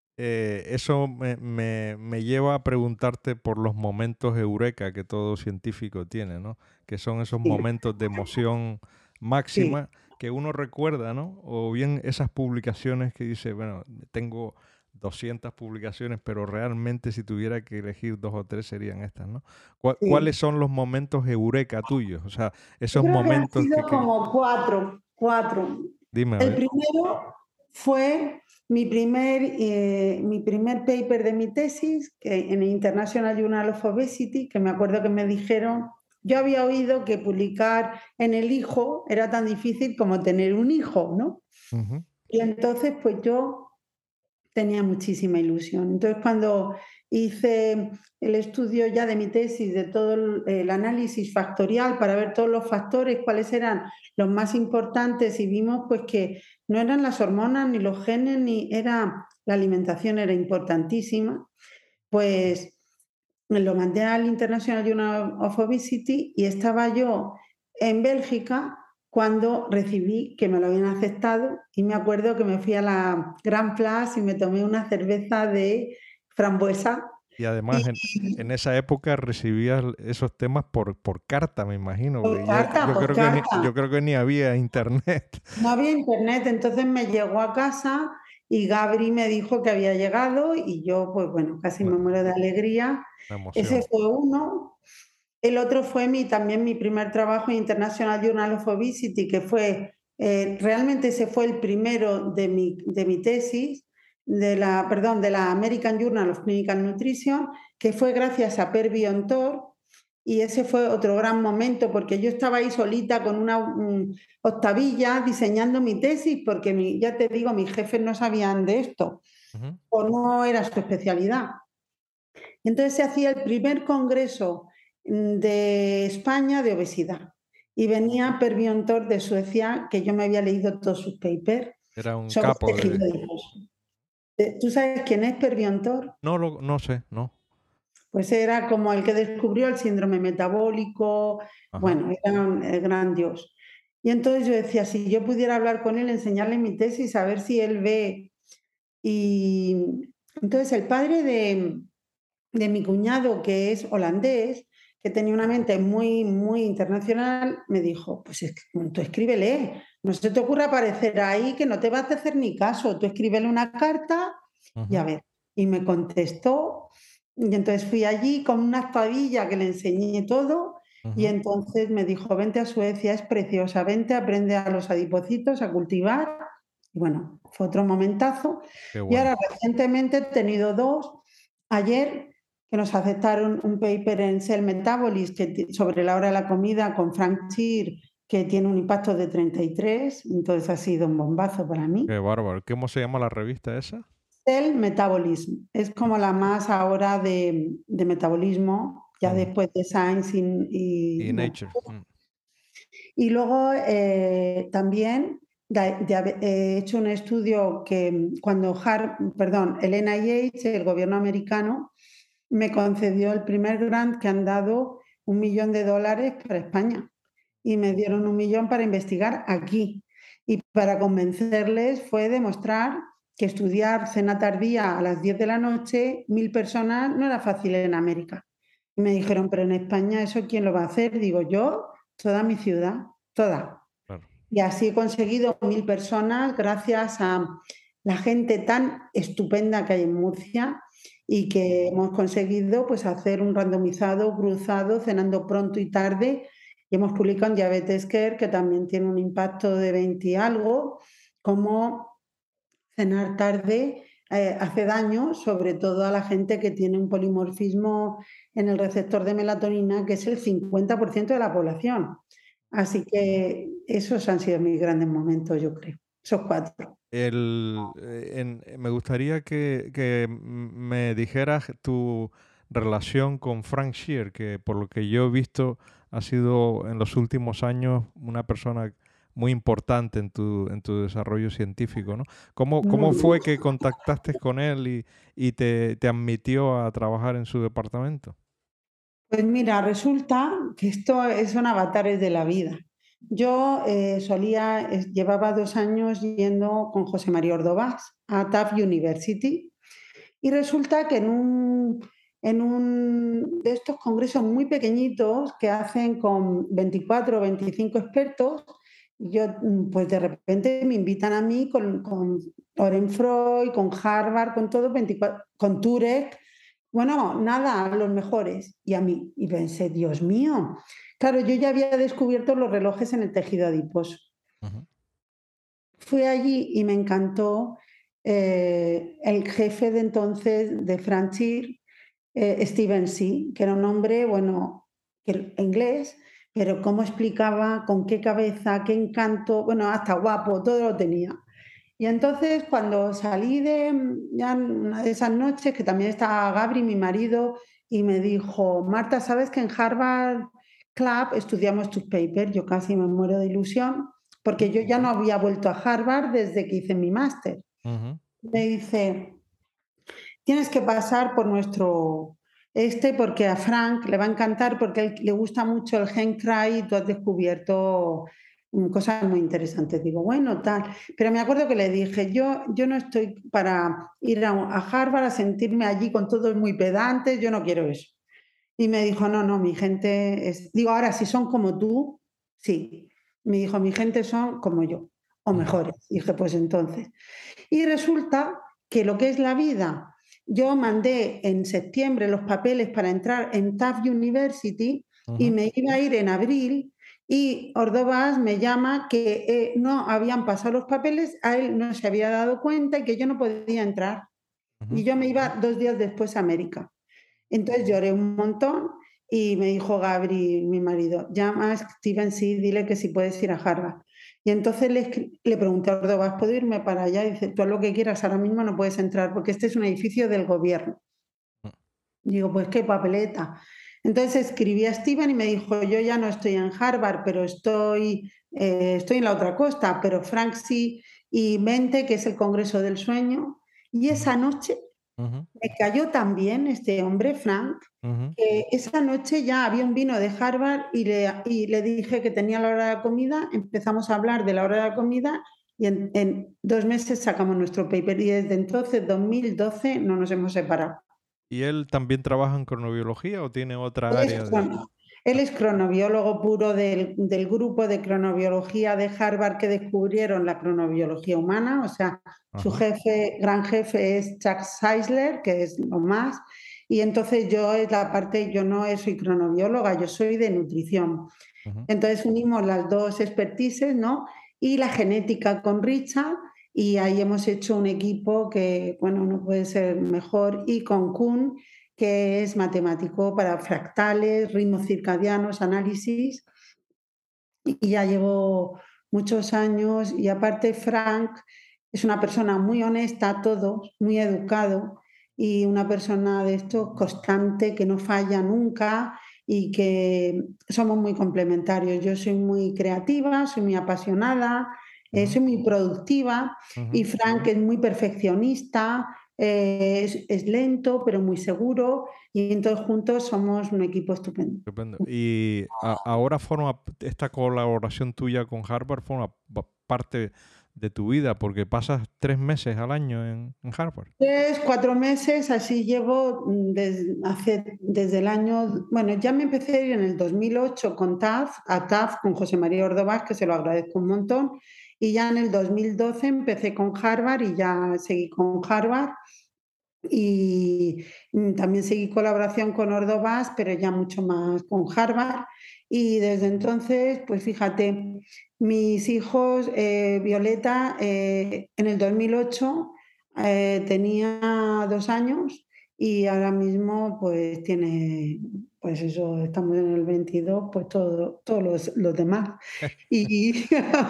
Eh, eso me, me- me lleva a preguntarte por los momentos eureka que todo científico tiene, ¿no? Que son esos Sí, momentos de emoción sí. máxima que uno recuerda, ¿no? O bien esas publicaciones que dice, bueno, tengo doscientas publicaciones, pero realmente si tuviera que elegir dos o tres serían estas, ¿no? ¿Cuá- ¿Cuáles Sí. son los momentos eureka tuyos? O sea, Yo esos creo que han momentos sido que, que- como cuatro, cuatro. Dime, a El ver. primero fue mi primer, eh, mi primer paper de mi tesis, que en el International Journal of Obesity, que me acuerdo que me dijeron, yo había oído que publicar en el hijo era tan difícil como tener un hijo, ¿no? Ujú, Y entonces, pues yo tenía muchísima ilusión. Entonces, cuando hice el estudio ya de mi tesis, de todo el, el análisis factorial para ver todos los factores, cuáles eran los más importantes, y vimos pues que no eran las hormonas ni los genes, ni era la alimentación era importantísima, pues me lo mandé al International Journal of Obesity y estaba yo en Bélgica cuando recibí que me lo habían aceptado y me acuerdo que me fui a la Grand Place y me tomé una cerveza de frambuesa y y además en, en esa época recibías esos temas por, por carta, me imagino, por porque ya carta, yo por creo que ni, carta. yo creo que ni había internet. No había internet, entonces me llegó a casa y Gabri me dijo que había llegado y yo, pues bueno, casi Una, me muero de alegría. una Ese emoción. fue uno. El otro fue mi, también mi primer trabajo en International Journal of Obesity, que fue, eh, realmente ese fue el primero de mi, de mi tesis, de la, perdón, de la American Journal of Clinical Nutrition, que fue gracias a Per Biontor, y ese fue otro gran momento, porque yo estaba ahí solita con una um, octavilla diseñando mi tesis, porque mi, ya te digo, mis jefes no sabían de esto, Ujú. o no era su especialidad. Entonces se hacía el primer congreso mm, de España de obesidad y venía Per Biontor de Suecia, que yo me había leído todos sus papers Era un sobre capo tejido de... adiposo. Eh, ¿Tú sabes quién es Per Biontor? No lo, no sé, no. Pues era como el que descubrió el síndrome metabólico, Ajá. bueno, era un el gran dios. Y entonces yo decía, si yo pudiera hablar con él, enseñarle mi tesis, a ver si él ve. Y entonces el padre de, de mi cuñado, que es holandés, que tenía una mente muy, muy internacional, me dijo, pues es que tú escríbele, no se te ocurra aparecer ahí que no te vas a hacer ni caso, tú escríbele una carta y a Ujú, ver. Y me contestó, y entonces fui allí con una espadilla que le enseñé todo, y ujú. entonces me dijo, vente a Suecia, es preciosa, vente, aprende a los adipocitos, a cultivar. Y bueno, fue otro momentazo. Qué Y bueno. ahora recientemente he tenido dos. Ayer que nos aceptaron un paper en Cell Metabolism que ti- sobre la hora de la comida con Frank Cheer, que tiene un impacto de treinta y tres, entonces ha sido un bombazo para mí. Qué bárbaro. ¿Cómo se llama la revista esa? Cell Metabolism es como la más ahora de, de metabolismo, ya Ujú. después de Science y, y, Y bueno. Nature. Mm. Y luego eh, también da- de haber- he hecho un estudio que cuando Har- perdón, el N I H, el gobierno americano, me concedió el primer grant que han dado un millón de dólares para España y me dieron un millón para investigar aquí. Y para convencerles fue demostrar que estudiar cena tardía a las diez de la noche, mil personas, no era fácil en América. Y me dijeron, pero en España eso ¿quién lo va a hacer? Digo, yo, toda mi ciudad, toda. Claro. Y así he conseguido mil personas gracias a la gente tan estupenda que hay en Murcia y que hemos conseguido pues hacer un randomizado cruzado cenando pronto y tarde y hemos publicado en Diabetes Care que también tiene un impacto de veinte y algo, como cenar tarde eh, hace daño, sobre todo a la gente que tiene un polimorfismo en el receptor de melatonina, que es el cincuenta por ciento de la población. Así que esos han sido mis grandes momentos, yo creo. Esos cuatro. El, eh, en- eh, me gustaría que, que m- me dijeras tu relación con Frank Shear, que por lo que yo he visto ha sido en los últimos años una persona muy importante en tu, en tu desarrollo científico, ¿no? ¿Cómo, cómo Muy fue que contactaste con él y, y te, te admitió a trabajar en su departamento? Pues mira, resulta que esto es un avatares de la vida. Yo eh, solía, eh, llevaba dos años yendo con José María Ordovás a T A F University y resulta que en un, en un de estos congresos muy pequeñitos que hacen con veinticuatro o veinticinco expertos, yo mm, pues de repente me invitan a mí con, con Oren Freud, con Harvard, con todo, veinticuatro, con Turek, bueno, nada, los mejores. Y a mí, y pensé, Dios mío, claro, yo ya había descubierto los relojes en el tejido adiposo. Ujú. Fui allí y me encantó eh, el jefe de entonces de Franchir, eh, Steven C., que era un hombre, bueno, que- inglés, pero cómo explicaba, con qué cabeza, qué encanto, bueno, hasta guapo, todo lo tenía. Y entonces cuando salí de ya en una de esas noches, que también estaba Gabri, mi marido, y me dijo, Marta, ¿sabes que en Harvard Club estudiamos tus papers? Yo casi me muero de ilusión, porque yo ya no había vuelto a Harvard desde que hice mi máster. Ujú. Me dice, tienes que pasar por nuestro este porque a Frank le va a encantar porque a él le gusta mucho el gen cry y tú has descubierto mm, cosas muy interesantes. Digo, bueno, tal. Pero me acuerdo que le dije, yo, yo no estoy para ir a, a Harvard a sentirme allí con todos muy pedantes, yo no quiero eso. Y me dijo, no, no, mi gente es... Digo, ahora, si son como tú, sí. Me dijo, mi gente son como yo, o Ujú. mejores. Dije, pues entonces. Y resulta que lo que es la vida, yo mandé en septiembre los papeles para entrar en T A F University y Ujú. me iba a ir en abril y Ordovás me llama que eh, no habían pasado los papeles, a él no se había dado cuenta y que yo no podía entrar. Y Ujú. yo me iba dos días después a América. Entonces lloré un montón y me dijo Gabri, mi marido, llama a Steven sí, dile que si puedes ir a Harvard. Y entonces le, escri- le pregunté a Ordovás, ¿puedo irme para allá? Y dice, tú haz lo que quieras, ahora mismo no puedes entrar porque este es un edificio del gobierno. Digo, pues qué papeleta. Entonces escribí a Steven y me dijo, yo ya no estoy en Harvard, pero estoy, eh, estoy en la otra costa, pero Frank sí, y Mente, que es el Congreso del Sueño. Y Ujú. esa noche Ujú. me cayó también este hombre, Frank, Ujú. que esa noche ya había un vino de Harvard y le, y le dije que tenía la hora de la comida, empezamos a hablar de la hora de la comida y en, en dos meses sacamos nuestro paper y desde entonces, dos mil doce, no nos hemos separado. ¿Y él también trabaja en cronobiología o tiene otra Él es área de...? crono él es cronobiólogo puro del del grupo de cronobiología de Harvard que descubrieron la cronobiología humana, o sea, su Ajá, jefe, gran jefe es Chuck Czeisler, que es lo más, y entonces yo es la parte yo no soy cronobióloga, yo soy de nutrición. ujú, Entonces unimos las dos expertices, ¿no? Y la genética con Richard, y ahí hemos hecho un equipo que, bueno, no puede ser mejor, y con Kuhn, que es matemático para fractales, ritmos circadianos, análisis, y ya llevo muchos años. Y aparte Frank es una persona muy honesta a todos, muy educado y una persona de esto constante, que no falla nunca y que somos muy complementarios. Yo soy muy creativa, soy muy apasionada, eh, ujú, soy muy productiva y ujú. Frank es muy perfeccionista, eh, es, es lento pero muy seguro y entonces juntos somos un equipo estupendo. Estupendo. Y a- ahora forma p- esta colaboración tuya con Harvard forma pa- parte de tu vida porque pasas tres meses al año en, en Harvard. Tres, cuatro meses, así llevo mm, des- hace, desde el año, bueno, ya me empecé a ir en el dos mil ocho con T A F, a T A F con José María Ordovás, que se lo agradezco un montón, y ya en el dos mil doce empecé con Harvard y ya seguí con Harvard y mm, también seguí colaboración con Ordovás, pero ya mucho más con Harvard. Y desde entonces, pues fíjate, mis hijos, eh, Violeta, eh, en el dos mil ocho eh, tenía dos años y ahora mismo pues tiene, pues eso, estamos en el veintidós, pues todo, todos los, los demás. Y,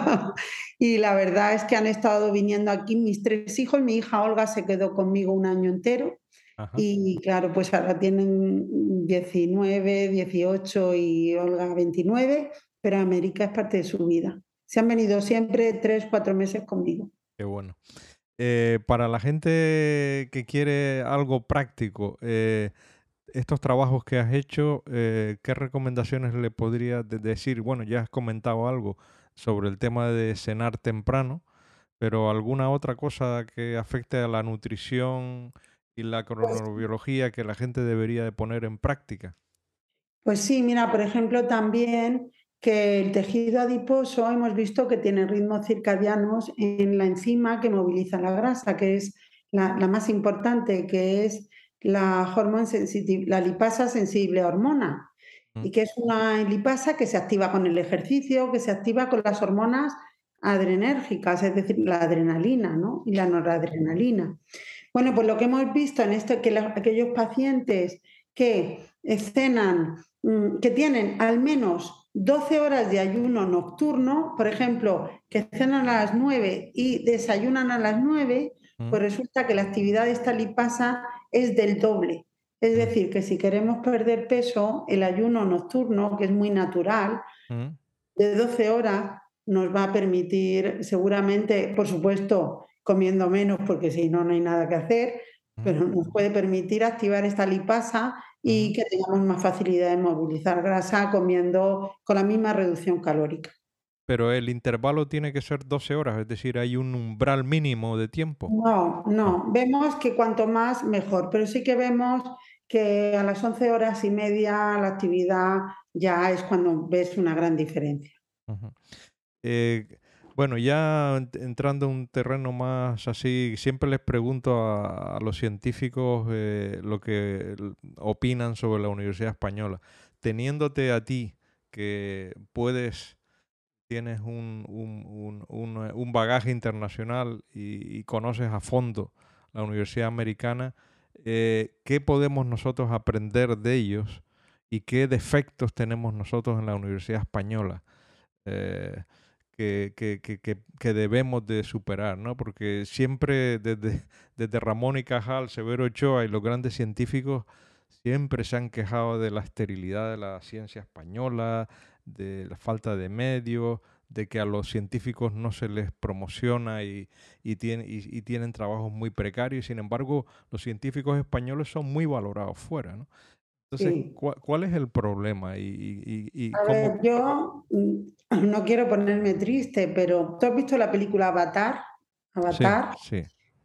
y la verdad es que han estado viniendo aquí mis tres hijos. Mi hija Olga se quedó conmigo un año entero Ajá. y claro, pues ahora tienen diecinueve, dieciocho y Olga veintinueve, pero América es parte de su vida. Se han venido siempre tres, cuatro meses conmigo. Qué bueno. Eh, para la gente que quiere algo práctico, eh, estos trabajos que has hecho, eh, ¿qué recomendaciones le podrías de- decir? Bueno, ya has comentado algo sobre el tema de cenar temprano, pero ¿alguna otra cosa que afecte a la nutrición y la Pues cronobiología que la gente debería de poner en práctica? Pues sí, mira, por ejemplo, también que el tejido adiposo hemos visto que tiene ritmos circadianos en la enzima que moviliza la grasa, que es la, la más importante, que es la, hormone sensitive, la lipasa sensible hormona, Mm, y que es una lipasa que se activa con el ejercicio, que se activa con las hormonas adrenérgicas, es decir, la adrenalina, ¿no? Y la noradrenalina. Bueno, pues lo que hemos visto en esto, que la- aquellos pacientes que cenan, mm, que tienen al menos doce horas de ayuno nocturno, por ejemplo, que cenan a las nueve y desayunan a las nueve, mm, pues resulta que la actividad de esta lipasa es del doble. Es mm, decir, que si queremos perder peso, el ayuno nocturno, que es muy natural, mm, de doce horas nos va a permitir seguramente, por supuesto, comiendo menos porque si no, no hay nada que hacer, mm, pero nos puede permitir activar esta lipasa y mm. que tengamos más facilidad en movilizar grasa comiendo con la misma reducción calórica. Pero el intervalo tiene que ser doce horas, es decir, hay un umbral mínimo de tiempo. No, No. no, vemos que cuanto más mejor, pero sí que vemos que a las once horas y media la actividad ya es cuando ves una gran diferencia. Ujú. Eh, bueno, ya ent- entrando en un terreno más así, siempre les pregunto a, a los científicos eh, lo que l- opinan sobre la Universidad Española. Teniéndote a ti, que puedes, tienes un, un- un- un, eh, un bagaje internacional y, y conoces a fondo la Universidad Americana, eh, ¿qué podemos nosotros aprender de ellos y qué defectos tenemos nosotros en la Universidad Española? eh, que, que- que- que- que debemos de superar, ¿no? Porque siempre desde, desde Ramón y Cajal, Severo Ochoa y los grandes científicos siempre se han quejado de la esterilidad de la ciencia española, de la falta de medios, de que a los científicos no se les promociona y, y, tiene- y- y tienen trabajos muy precarios. Sin embargo, los científicos españoles son muy valorados fuera, ¿no? Entonces, Sí. ¿cuál, cuál es el problema y, y- y- y A cómo? ver, yo mm, no quiero ponerme triste, pero ¿tú has visto la película Avatar? Sí, Avatar. sí.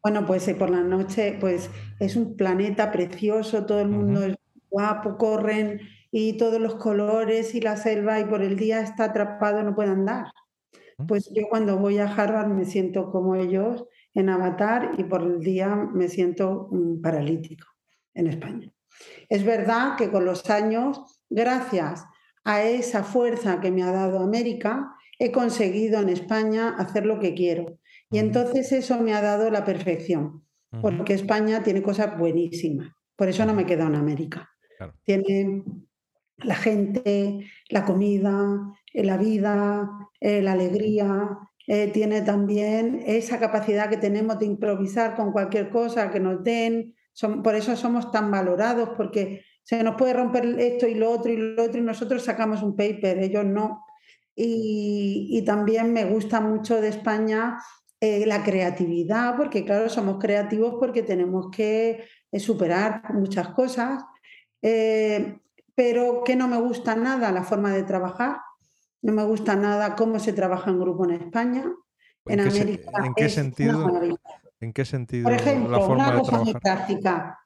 Bueno, pues eh, por la noche, pues es un planeta precioso, todo el Ujú, mundo es guapo, corren y todos los colores y la selva y por el día está atrapado, no puede andar. ujú, Pues yo cuando voy a Harvard me siento como ellos en Avatar y por el día me siento mm, paralítico en España. Es verdad que con los años, gracias a esa fuerza que me ha dado América, he conseguido en España hacer lo que quiero. Y ujú, entonces eso me ha dado la perfección, ujú, porque España tiene cosas buenísimas. Por eso no ujú, me quedo en América. claro. Tiene la gente, la comida, eh, la vida, eh, la alegría. Eh, tiene también esa capacidad que tenemos de improvisar con cualquier cosa que nos den. Son- por eso somos tan valorados, porque se nos puede romper esto y lo otro y lo otro y nosotros sacamos un paper, ellos no. Y, y también me gusta mucho de España eh, la creatividad, porque claro, somos creativos porque tenemos que eh, superar muchas cosas. Eh, pero que no me gusta nada la forma de trabajar, no me gusta nada cómo se trabaja en grupo en España, ¿En en qué, se- América en qué es una sentido, maravilla. en qué Por sentido la ejemplo, forma una de cosa muy trabajar? práctica.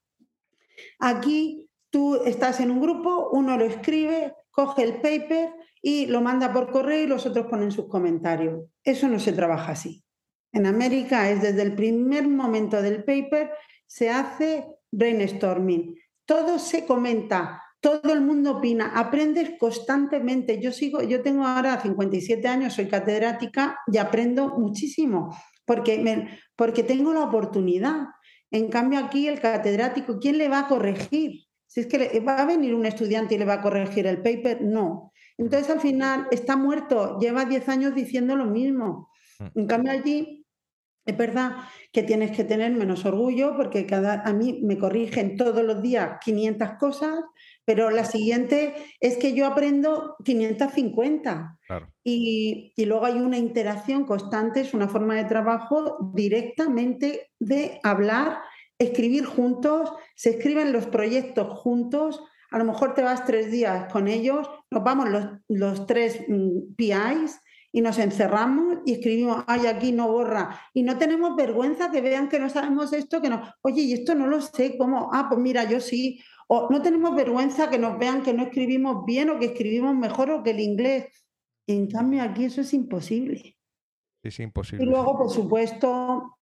Aquí tú estás en un grupo, uno lo escribe, coge el paper y lo manda por correo y los otros ponen sus comentarios. Eso no se trabaja así. En América es desde el primer momento del paper se hace brainstorming. Todo se comenta, todo el mundo opina, aprendes constantemente. Yo sigo, yo tengo ahora cincuenta y siete años, soy catedrática y aprendo muchísimo porque, me, porque tengo la oportunidad. En cambio, aquí el catedrático, ¿quién le va a corregir? Si es que le, va a venir un estudiante y le va a corregir el paper, no. Mm, Entonces, al final, está muerto, lleva diez años diciendo lo mismo. mm. En cambio, allí es verdad que tienes que tener menos orgullo porque cada, a mí me corrigen todos los días quinientas cosas, pero la siguiente es que yo aprendo quinientas cincuenta. Claro. Y, y luego hay una interacción constante, es una forma de trabajo directamente de hablar, escribir juntos, se escriben los proyectos juntos, a lo mejor te vas tres días con ellos, nos vamos los, los tres mm, P Is y nos encerramos y escribimos, ay, aquí no borra. Y no tenemos vergüenza que vean que no sabemos esto, que no, oye, y esto no lo sé, ¿cómo? Ah, pues mira, yo sí. O no tenemos vergüenza que nos vean que no escribimos bien o que escribimos mejor o que el inglés. En cambio, aquí eso es imposible. Sí, sí, Y imposible, sí. luego, por supuesto,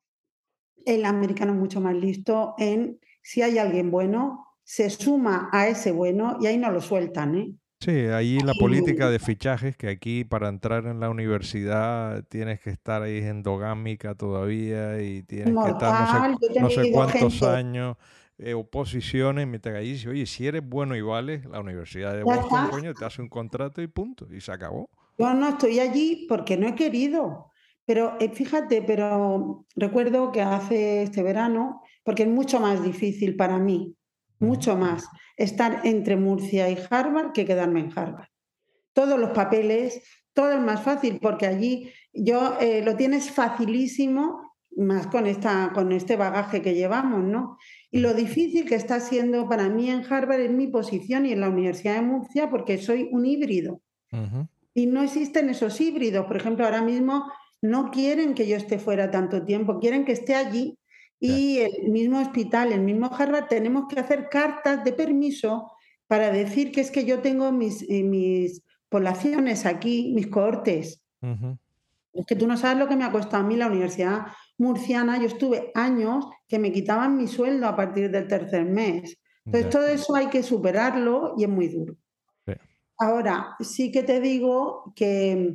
el americano es mucho más listo en si hay alguien bueno, se suma a ese bueno y ahí no lo sueltan, ¿eh? Sí, ahí la política Y de fichajes, que aquí para entrar en la universidad tienes que estar ahí endogámica todavía y tienes que estar no sé, mortal, yo he no sé tenido cuántos gente, años, eh, oposiciones, mientras que allí dice, oye, si eres bueno y vales, la Universidad de ya Boston, está. coño, te hace un contrato y punto, y se acabó. Yo no estoy allí porque no he querido. Pero eh, fíjate, pero recuerdo que hace este verano, porque es mucho más difícil para mí, Ujú, mucho más, estar entre Murcia y Harvard que quedarme en Harvard. Todos los papeles, todo es más fácil, porque allí yo eh, lo tienes facilísimo, más con, esta, con este bagaje que llevamos, ¿no? Y ujú, lo difícil que está siendo para mí en Harvard es mi posición y en la Universidad de Murcia, porque soy un híbrido. ujú, Y no existen esos híbridos. Por ejemplo, ahora mismo no quieren que yo esté fuera tanto tiempo, quieren que esté allí. ya, Y el mismo hospital, el mismo Harvard, tenemos que hacer cartas de permiso para decir que es que yo tengo mis, eh, mis poblaciones aquí, mis cohortes. ujú, Es que tú no sabes lo que me ha costado a mí la Universidad Murciana. Yo estuve años que me quitaban mi sueldo a partir del tercer mes. Entonces, ya, todo eso hay que superarlo y es muy duro. sí, Ahora, sí que te digo que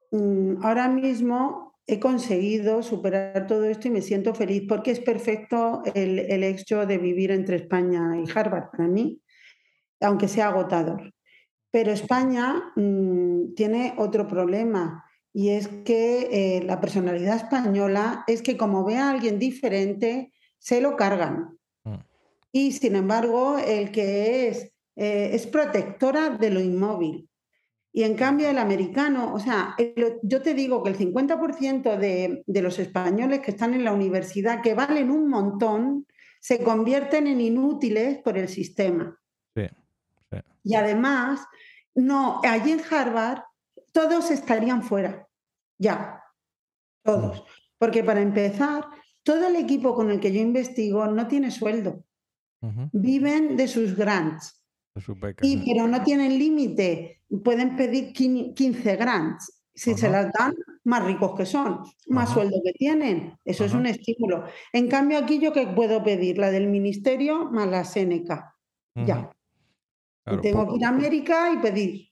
mm, ahora mismo he conseguido superar todo esto y me siento feliz porque es perfecto el, el hecho de vivir entre España y Harvard para mí, aunque sea agotador. Pero España mm, tiene otro problema y es que eh, la personalidad española es que como ve a alguien diferente, se lo cargan. mm, Y sin embargo, el que es, eh, es protectora de lo inmóvil. Y en cambio el americano, o sea, el- yo te digo que el cincuenta por ciento de, de los españoles que están en la universidad, que valen un montón, se convierten en inútiles por el sistema. sí, sí, Y además, no, allí en Harvard todos estarían fuera, ya, ujú, todos. Porque para empezar, todo el equipo con el que yo investigo no tiene sueldo, Ujú. viven de sus grants. De sus becas, Y, sí. pero no tienen límite, pueden pedir quin quince grants. Si se Ajá, las dan, más ricos que son, más ajá, sueldo que tienen. Eso es ajá. un estímulo. En cambio, aquí yo, ¿qué puedo pedir? La del ministerio más la Séneca. Ujú. Ya. Y Claro, po tengo que ir a América y pedir.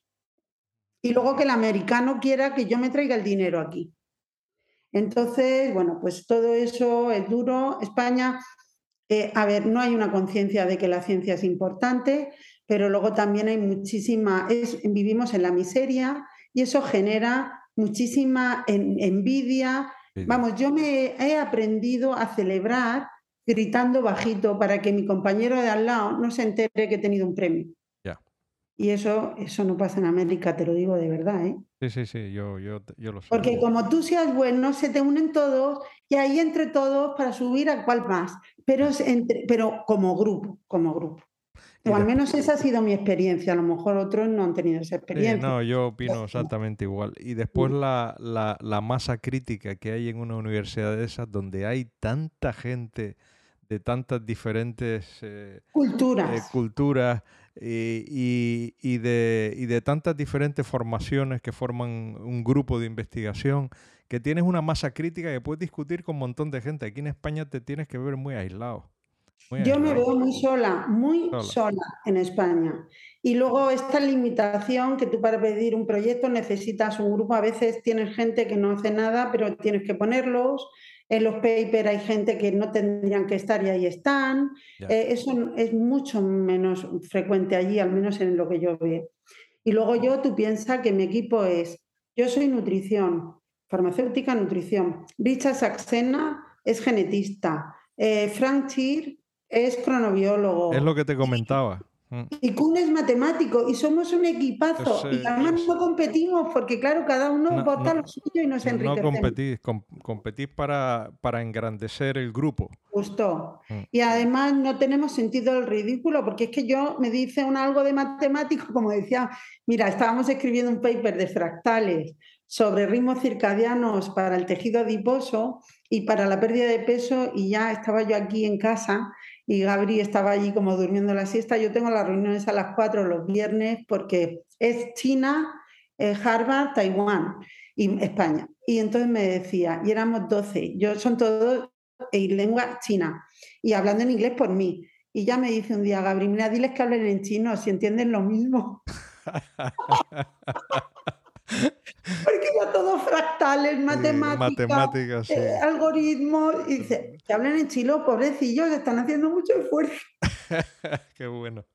Y luego que el americano quiera que yo me traiga el dinero aquí. Entonces, bueno, pues todo eso es duro. España, eh, a ver, no hay una conciencia de que la ciencia es importante, pero luego también hay muchísima, es, vivimos en la miseria y eso genera muchísima en, envidia. envidia. Vamos, yo me he aprendido a celebrar gritando bajito para que mi compañero de al lado no se entere que he tenido un premio. Ya. Y eso, eso no pasa en América, te lo digo de verdad, ¿eh? Sí, sí, sí, yo yo t yo lo sé, Porque sí. como tú seas bueno, se te unen todos y ahí entre todos para subir a cual más, pero, Sí. es entre, pero como grupo, como grupo. Y O al después menos esa ha sido mi experiencia, a lo mejor otros no han tenido esa sí, experiencia. no, yo opino exactamente igual. Y después la la la masa crítica que hay en una universidad de esas, donde hay tanta gente de tantas diferentes, eh Culturas. eh, culturas, eh, y y de y de tantas diferentes formaciones que forman un grupo de investigación, que tienes una masa crítica que puedes discutir con un montón de gente. Aquí en España te tienes que ver muy aislado, muy Yo me aislado, veo muy sola, muy sola. sola en España. Y luego esta limitación que tú para pedir un proyecto necesitas un grupo, a veces tienes gente que no hace nada, pero tienes que ponerlos. En los papers hay gente que no tendrían que estar y ahí están. Ya. Eh, eso es mucho menos frecuente allí, al menos en lo que yo veo. Y luego yo, tú piensas que mi equipo es, yo soy nutrición, farmacéutica, nutrición. Richard Saxena es genetista. Eh, Frank Cheer es Es lo cronobiólogo. que te comentaba. Mm. Y Kuhn es matemático. Y somos un Es, equipazo. Y eh, además es no competimos porque, claro, cada uno no vota lo no suyo y nos no enriquecemos. competís, com competís para para engrandecer el grupo. Justo. Mm. Y además no tenemos sentido del ridículo, porque es que yo me dice un algo de matemático, como decía, mira, estábamos escribiendo un paper de fractales sobre ritmos circadianos para el tejido adiposo y para la pérdida de peso, y ya estaba yo aquí en casa y Gabri estaba allí como durmiendo la siesta. Yo tengo las reuniones a las cuatro los viernes porque es China, eh, Harvard, Taiwán y España. Y entonces me decía, y éramos doce, yo son todos en lengua china y hablando en inglés por mí. Y ya me dice un día, Gabriel, mira, diles que hablen en chino, si entienden lo mismo. Porque ya todos fractales, Sí, matemáticas, matemáticas, eh, sí. algoritmos. Y dice, que hablen en chino, pobrecillos, están haciendo mucho esfuerzo. Qué bueno.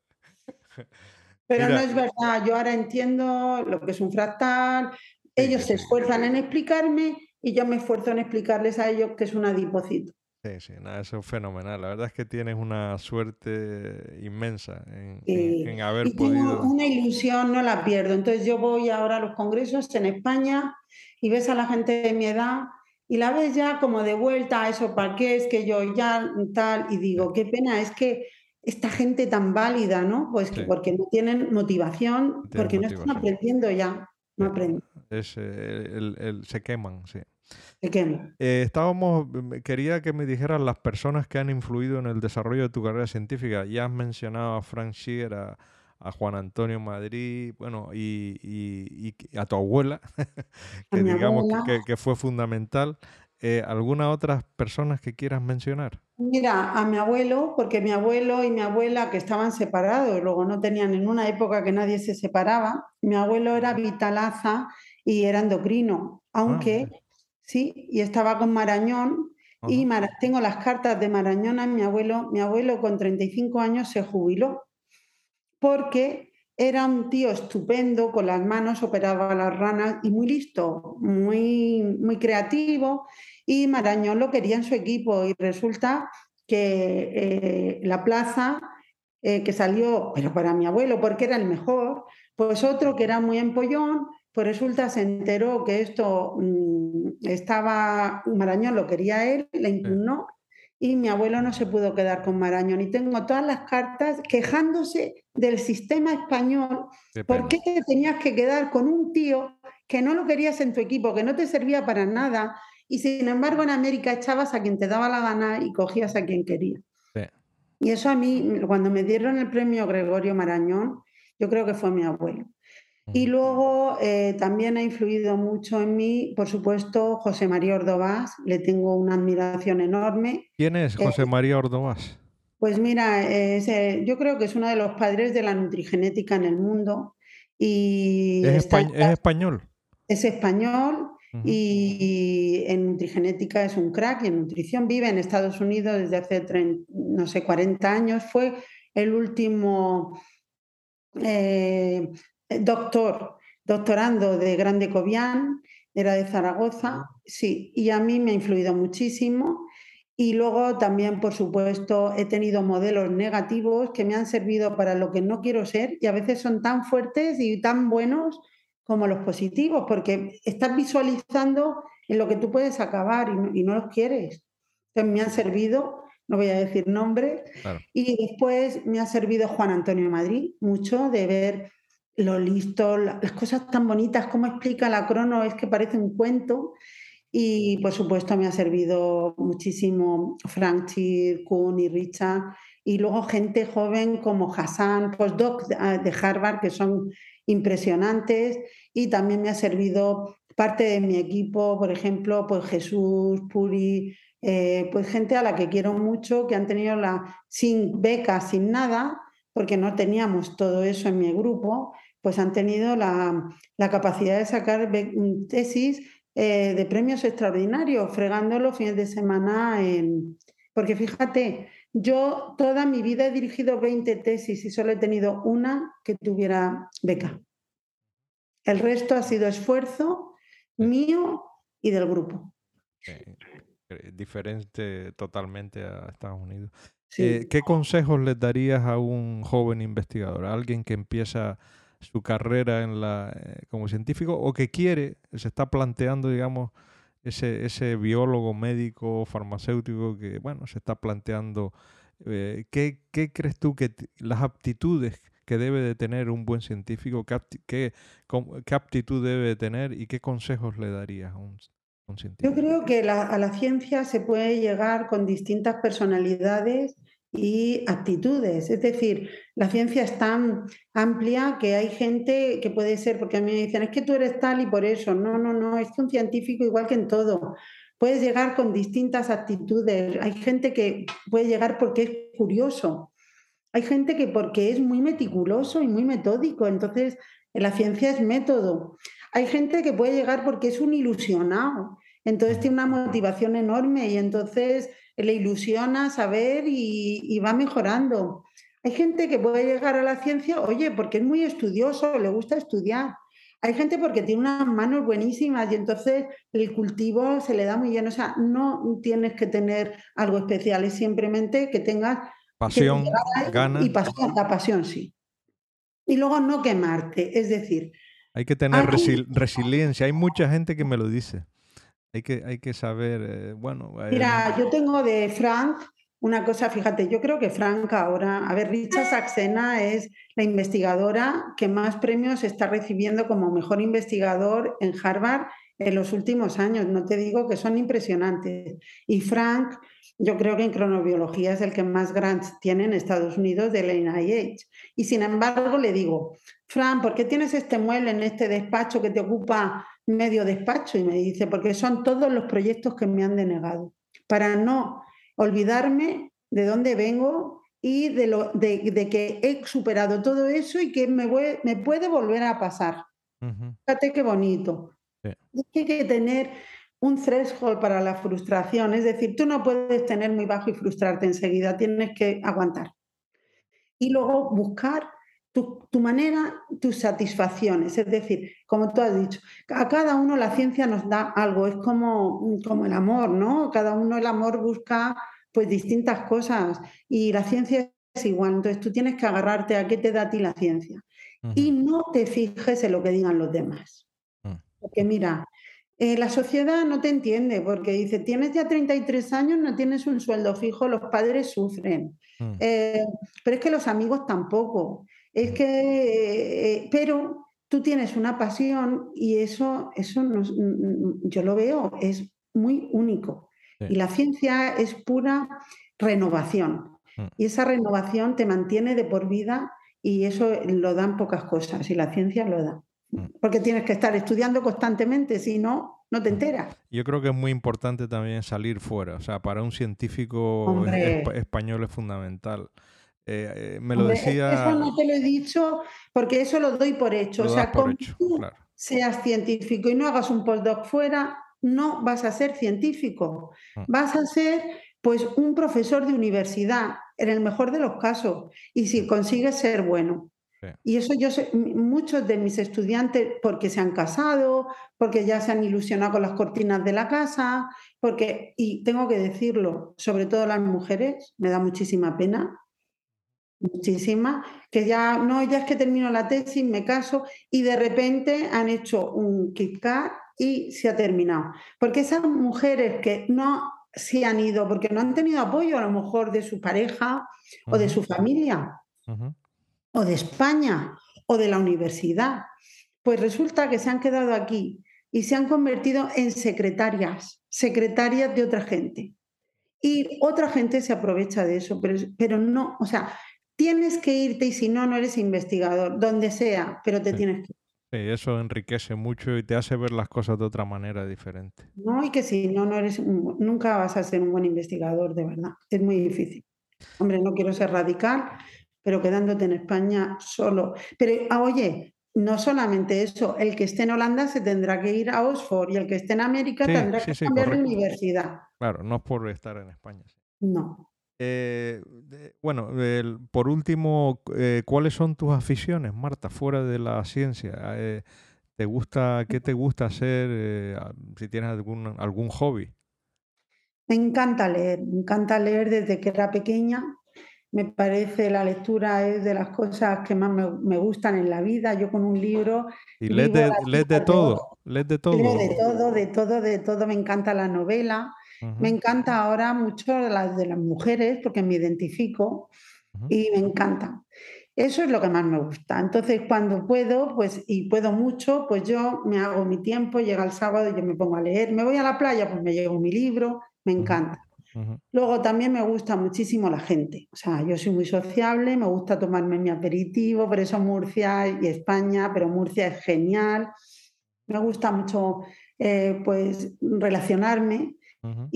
Pero no Mira, es verdad, yo ahora entiendo lo que es un fractal, sí, ellos que se sí, que sí. esfuerzan en explicarme y yo me esfuerzo en explicarles a ellos que es un adipocito. Sí, sí, nada, eso es fenomenal. La verdad es que tienes una suerte inmensa en, en- Sí, en haber y tengo podido. una ilusión, no la pierdo. Entonces yo voy ahora a los congresos en España y ves a la gente de mi edad y la ves ya como de vuelta a eso, ¿para qué? Es que yo ya tal, y Sí, digo, qué pena, es que esta gente tan válida, ¿no? Pues que sí, porque no tienen motivación, no tienes porque no están motivación. aprendiendo ya, Sí, no aprenden, es, eh, el- el- se queman, sí. se queman. Eh, estábamos, me- quería que me dijeras las personas que han influido en el desarrollo de tu carrera científica. Ya has mencionado a Frank Shear, a, a Juan Antonio Madrid, bueno, y, y- y a tu abuela, A que mi digamos que, abuela. que- que fue fundamental. Eh, ¿alguna otras personas que quieras mencionar? Mira, a mi abuelo, porque mi abuelo y mi abuela que estaban separados, luego no tenían en una época que nadie se separaba, mi abuelo era Ujú. vitalaza y era endocrino, Ah, aunque mira. sí, y estaba con Marañón y Ajá. Mara- tengo las cartas de Marañón a mi abuelo, mi abuelo con treinta y cinco años se jubiló porque era un tío estupendo, con las manos operaba a las ranas y muy listo, muy, muy creativo, y Marañón lo quería en su equipo y resulta que eh, la plaza eh, que salió, pero para mi abuelo, porque era el mejor, pues otro que era muy empollón, pues resulta se enteró que esto mmm, estaba, Marañón lo quería él, le Sí, impugnó y mi abuelo no se pudo quedar con Marañón. Y tengo todas las cartas quejándose del sistema español. qué ¿Por pena. qué te tenías que quedar con un tío que no lo querías en tu equipo, que no te servía para nada Y sin embargo, en América echabas a quien te daba la gana y cogías a quien querías. Sí. Y eso a mí, cuando me dieron el premio Gregorio Marañón, yo creo que fue mi abuelo. Y Ujú. luego eh, también ha influido mucho en mí, por supuesto, José María Ordovás, le tengo una admiración enorme. ¿Quién es Eh, José María Ordovás? pues mira, es, eh, yo creo que es uno de los padres de la nutrigenética en el mundo y ¿Es, está, españ- es español? es español Ujú. y en nutrigenética es un crack y en nutrición vive en Estados Unidos desde hace, trein- no sé, cuarenta años. Fue el último eh, doctor, doctorando de Grande Cobián, era de Zaragoza, sí, y a mí me ha influido muchísimo. Y luego también, por supuesto, he tenido modelos negativos que me han servido para lo que no quiero ser y a veces son tan fuertes y tan buenos como los positivos, porque estás visualizando en lo que tú puedes acabar y no, y no los quieres. Entonces me han servido, no voy a decir nombres, Claro. y después me ha servido Juan Antonio Madrid mucho de ver lo listo, las cosas tan bonitas, cómo explica la crono, es que parece un cuento. Y por supuesto me ha servido muchísimo Frank Chir, Kuhn y Richard. Y luego gente joven como Hassan, postdoc de de Harvard, que son impresionantes. Y también me ha servido parte de mi equipo, por ejemplo, pues Jesús, Puri, eh, pues gente a la que quiero mucho, que han tenido la, sin becas, sin nada, porque no teníamos todo eso en mi grupo, pues han tenido la, la capacidad de sacar be- tesis eh, de premios extraordinarios, fregando los fines de semana en... Porque fíjate, yo toda mi vida he dirigido veinte tesis y solo he tenido una que tuviera beca. El resto ha sido esfuerzo Sí, mío y del grupo. eh, eh, diferente totalmente a Estados Unidos. Eh, Sí. ¿qué consejos les darías a un joven investigador, a alguien que empieza su carrera en la, eh, como científico o que quiere, se está planteando, digamos, ese, ese biólogo, médico, farmacéutico que, bueno, se está planteando, eh, ¿qué, qué crees tú que t- las aptitudes que debe de tener un buen científico, qué, apti- qué, cómo- qué aptitud debe de tener y qué consejos le darías a un, a un Yo científico? creo que la- a la ciencia se puede llegar con distintas personalidades y actitudes. Es decir, la ciencia es tan amplia que hay gente que puede ser, porque a mí me dicen, es que tú eres tal y por eso. No, no, no, es que un científico igual que en todo. Puedes llegar con distintas actitudes. Hay gente que puede llegar porque es curioso. Hay gente que porque es muy meticuloso y muy metódico, entonces la ciencia es método. Hay gente que puede llegar porque es un ilusionado, entonces Ujú. tiene una motivación enorme y entonces le ilusiona saber y, y va mejorando. Hay gente que puede llegar a la ciencia, oye, porque es muy estudioso, le gusta estudiar. Hay gente porque tiene unas manos buenísimas y entonces el cultivo se le da muy bien. O sea, no tienes que tener algo especial, es simplemente que tengas que Pasión, llegar ahí y ganas. pasión, la pasión sí. Y luego no quemarte, es decir, Hay que tener hay, resi- resiliencia. Hay mucha gente que me lo dice. Hay que, hay que saber, eh, bueno, mira, em, yo tengo de Frank una cosa, fíjate, yo creo que Frank ahora, a ver, Richa Saxena es la investigadora que más premios está recibiendo como mejor investigador en Harvard en los últimos años. No te digo que son impresionantes. Y Frank, yo creo que en cronobiología es el que más grants tiene en Estados Unidos del N I H. Y sin embargo le digo, Frank, ¿por qué tienes este mueble en este despacho que te ocupa medio despacho? Y me dice, porque son todos los proyectos que me han denegado para no olvidarme de dónde vengo y de, lo, de, de que he superado todo eso y que me, voy, me puede volver a pasar. ujú, Fíjate qué bonito. sí, Es que hay que tener un threshold para la frustración, es decir, tú no puedes tener muy bajo y frustrarte enseguida, tienes que aguantar. Y luego buscar tu, tu, manera, tus satisfacciones. Es decir, como tú has dicho, a cada uno la ciencia nos da algo, es como, como el amor, ¿no? Cada uno el amor busca pues distintas cosas y la ciencia es igual. Entonces tú tienes que agarrarte a qué te da a ti la ciencia ujú, y no te fijes en lo que digan los demás. mm, Porque mira, eh, la sociedad no te entiende porque dice, tienes ya treinta y tres años, no tienes un sueldo fijo, los padres sufren. mm, Eh, pero es que los amigos tampoco. Es ujú. que, eh, pero tú tienes una pasión y eso, eso nos- mm, mm, yo lo veo, es muy único. Sí. Y la ciencia es pura renovación. Mm, Y esa renovación te mantiene de por vida y eso lo dan pocas cosas y la ciencia lo da. mm, Porque tienes que estar estudiando constantemente, si no, no te mm. enteras. Yo creo que es muy importante también salir fuera. O sea, para un científico es- espa- Hombre, español es fundamental. Eh, eh, me lo hombre, es que eso decía, no te lo he dicho porque eso lo doy por hecho. O lo das sea, por como hecho, tú claro. seas científico y no hagas un postdoc fuera, no vas a ser científico. Mm, Vas a ser, pues, un profesor de universidad, en el mejor de los casos, y sí, si consigues ser bueno. sí, Y eso yo sé, m- muchos de mis estudiantes, porque se han casado, porque ya se han ilusionado con las cortinas de la casa, porque, y tengo que decirlo, sobre todo las mujeres, me da muchísima pena, muchísima, que ya, no, ya es que termino la tesis, me caso, y de repente han hecho un Kit Kat y se ha terminado. Porque esas mujeres que no se han ido, porque no han tenido apoyo a lo mejor de su pareja o de ujú, su familia, ujú. o de España, o de la universidad. Pues resulta que se han quedado aquí y se han convertido en secretarias, secretarias de otra gente. Y otra gente se aprovecha de eso, pero, pero no, o sea, tienes que irte y si no, no eres investigador, donde sea, pero te Sí, tienes que ir. sí, eso enriquece mucho y te hace ver las cosas de otra manera diferente. No, y que si no, no eres un- nunca vas a ser un buen investigador, de verdad. Es muy difícil. Hombre, no quiero ser radical, pero quedándote en España solo. Pero, ah, oye, no solamente eso, el que esté en Holanda se tendrá que ir a Oxford y el que esté en América Sí, tendrá que sí, sí, cambiar de correcto. universidad. Claro, no es por estar en España. Sí. No. Eh, de- bueno, el- por último, eh, ¿cuáles son tus aficiones, Marta, fuera de la ciencia? Eh, ¿te gusta, qué te gusta hacer? Eh, ah, si tienes algún, algún hobby. Me encanta leer, me encanta leer desde que era pequeña. Me parece la lectura es de las cosas que más me, me gustan en la vida. Yo con un libro ¿Y lees vivo de, las lees de vidas de todo? otro. ¿Lees de Leo de todo? todo, de todo, de todo. Me encanta la novela. Me Ujú, encanta ahora mucho las de las mujeres porque me identifico ujú. y me encanta. Eso es lo que más me gusta. Entonces, cuando puedo, pues, y puedo mucho, pues yo me hago mi tiempo, llega el sábado y yo me pongo a leer. Me voy a la playa, pues me llevo mi libro, me Ujú, encanta. ujú. Luego también me gusta muchísimo la gente. O sea, yo soy muy sociable, me gusta tomarme mi aperitivo, por eso Murcia y España, pero Murcia es genial. Me gusta mucho, eh, pues, relacionarme Ujú.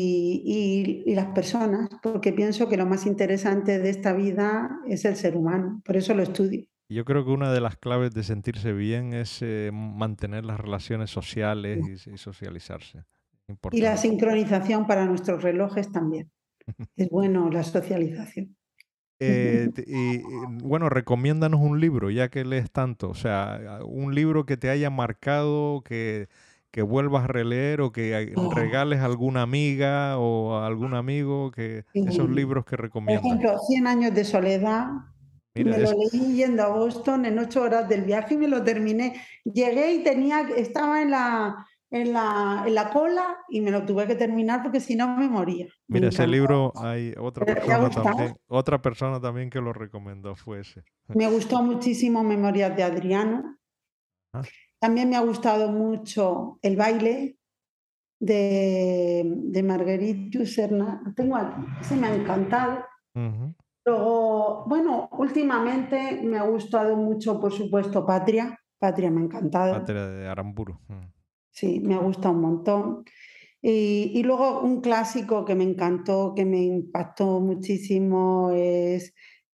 y, y- y las personas, porque pienso que lo más interesante de esta vida es el ser humano. Por eso lo estudio. Yo creo que una de las claves de sentirse bien es eh, mantener las relaciones sociales y, y socializarse. Y la Importante. sincronización para nuestros relojes también. Es bueno la socialización. Eh, te- y, y, bueno, recomiéndanos un libro, ya que lees tanto. O sea, un libro que te haya marcado, que, que vuelvas a releer o que eh, Oh, regales a alguna amiga o a algún amigo, que esos sí. libros que Por recomiendas. ejemplo, Cien años de soledad, Mira, me lo es, leí yendo a Boston en ocho horas del viaje y me lo terminé. Llegué y tenía, estaba en la, en la, en la cola y me lo tuve que terminar porque si no me moría. Me mira, ese encantó. libro hay otra ¿Te ha persona gustado? también, otra persona también que lo recomendó fue ese. Me gustó muchísimo Memorias de Adriano. Ah, También me ha gustado mucho El baile de, de Marguerite Yourcenar. Lo tengo aquí, ese me ha encantado. ujú. Luego, bueno, últimamente me ha gustado mucho, por supuesto, Patria. Patria me ha encantado. Patria de Aramburu. Mm. Sí, me ha gustado un montón. Y, y luego un clásico que me encantó, que me impactó muchísimo, es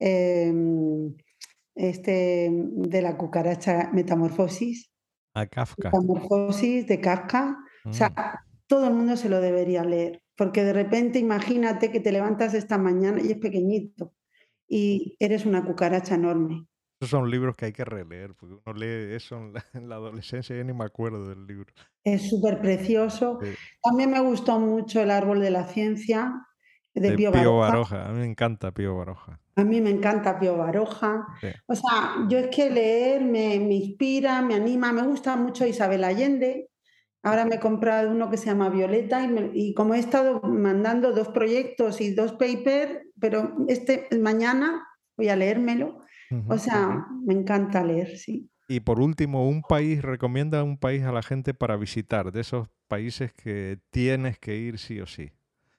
em, este de la cucaracha Metamorfosis. A Kafka. Metamorfosis de Kafka. O sea, Mm. todo el mundo se lo debería leer, porque de repente imagínate que te levantas esta mañana y es pequeñito y eres una cucaracha enorme. Esos son libros que hay que releer, porque uno lee eso en la, en la adolescencia y ya ni me acuerdo del libro. Es súper precioso. Eh, También me gustó mucho El árbol de la ciencia de de Pío Pío Baroja. Baroja. A mí me encanta Pío Baroja. A mí me encanta Pío Baroja. Sí. O sea, yo es que leer me, me inspira, me anima. Me gusta mucho Isabel Allende. Ahora me he comprado uno que se llama Violeta y, me- y como he estado mandando dos proyectos y dos papers, pero este mañana voy a leérmelo. O Ujú. sea, me encanta leer, sí. Y por último, un país, recomienda un país a la gente para visitar, de esos países que tienes que ir sí o sí.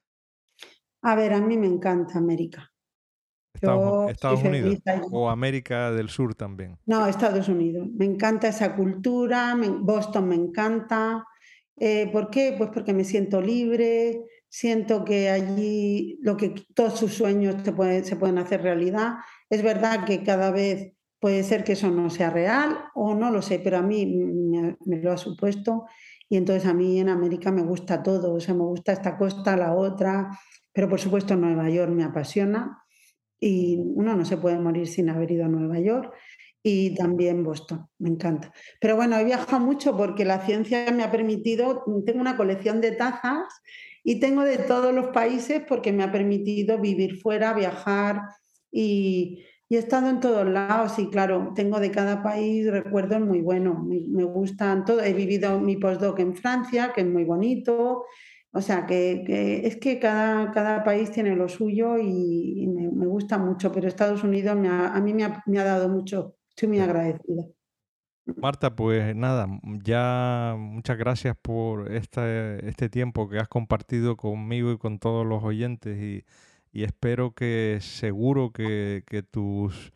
A ver, a mí me encanta América. Estados, Uni- Yo soy Estados Unidos feliz allí. o América del Sur también. No, Estados Unidos. Me encanta esa cultura, me- Boston me encanta. Eh, ¿por qué? Pues porque me siento libre, siento que allí lo que todos sus sueños te pueden- se pueden hacer realidad. Es verdad que cada vez puede ser que eso no sea real o no lo sé, pero a mí me, me lo ha supuesto y entonces a mí en América me gusta todo, o sea, me gusta esta costa, la otra, pero por supuesto Nueva York me apasiona y uno no se puede morir sin haber ido a Nueva York y también Boston, me encanta. Pero bueno, he viajado mucho porque la ciencia me ha permitido, tengo una colección de tazas y tengo de todos los países porque me ha permitido vivir fuera, viajar y, y he estado en todos lados y claro, tengo de cada país recuerdos muy buenos, me, me gustan todos. He vivido mi postdoc en Francia, que es muy bonito, o sea, que, que es que cada, cada país tiene lo suyo y, y me, me gusta mucho, pero Estados Unidos me ha- a mí me ha, me ha dado mucho, estoy muy Sí. agradecida. Marta, pues nada, m- ya muchas gracias por este, este tiempo que has compartido conmigo y con todos los oyentes y, y espero que seguro que, que tus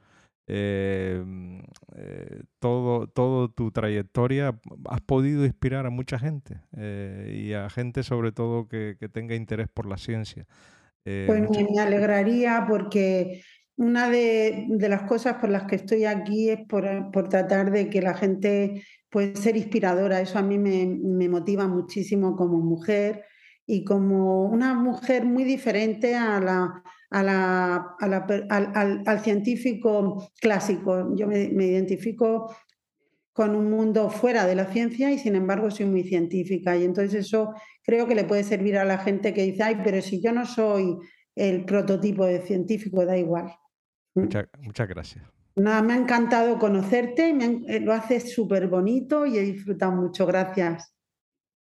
eh, mm, eh, todo, todo tu trayectoria has podido inspirar a mucha gente eh, y a gente sobre todo que, que tenga interés por la ciencia. Eh, Pues mucha- me, me alegraría porque una de, de las cosas por las que estoy aquí es por, por tratar de que la gente pueda ser inspiradora. Eso a mí me, me motiva muchísimo como mujer y como una mujer muy diferente a la, a la- a la per- al, al- al científico clásico. Yo me, me identifico con un mundo fuera de la ciencia y sin embargo soy muy científica y entonces eso creo que le puede servir a la gente que dice, ay, pero si yo no soy el prototipo de científico, da igual. Mm. mucha- muchas gracias. Nada, me ha encantado conocerte, me han- eh, lo haces súper bonito y he disfrutado mucho. Gracias.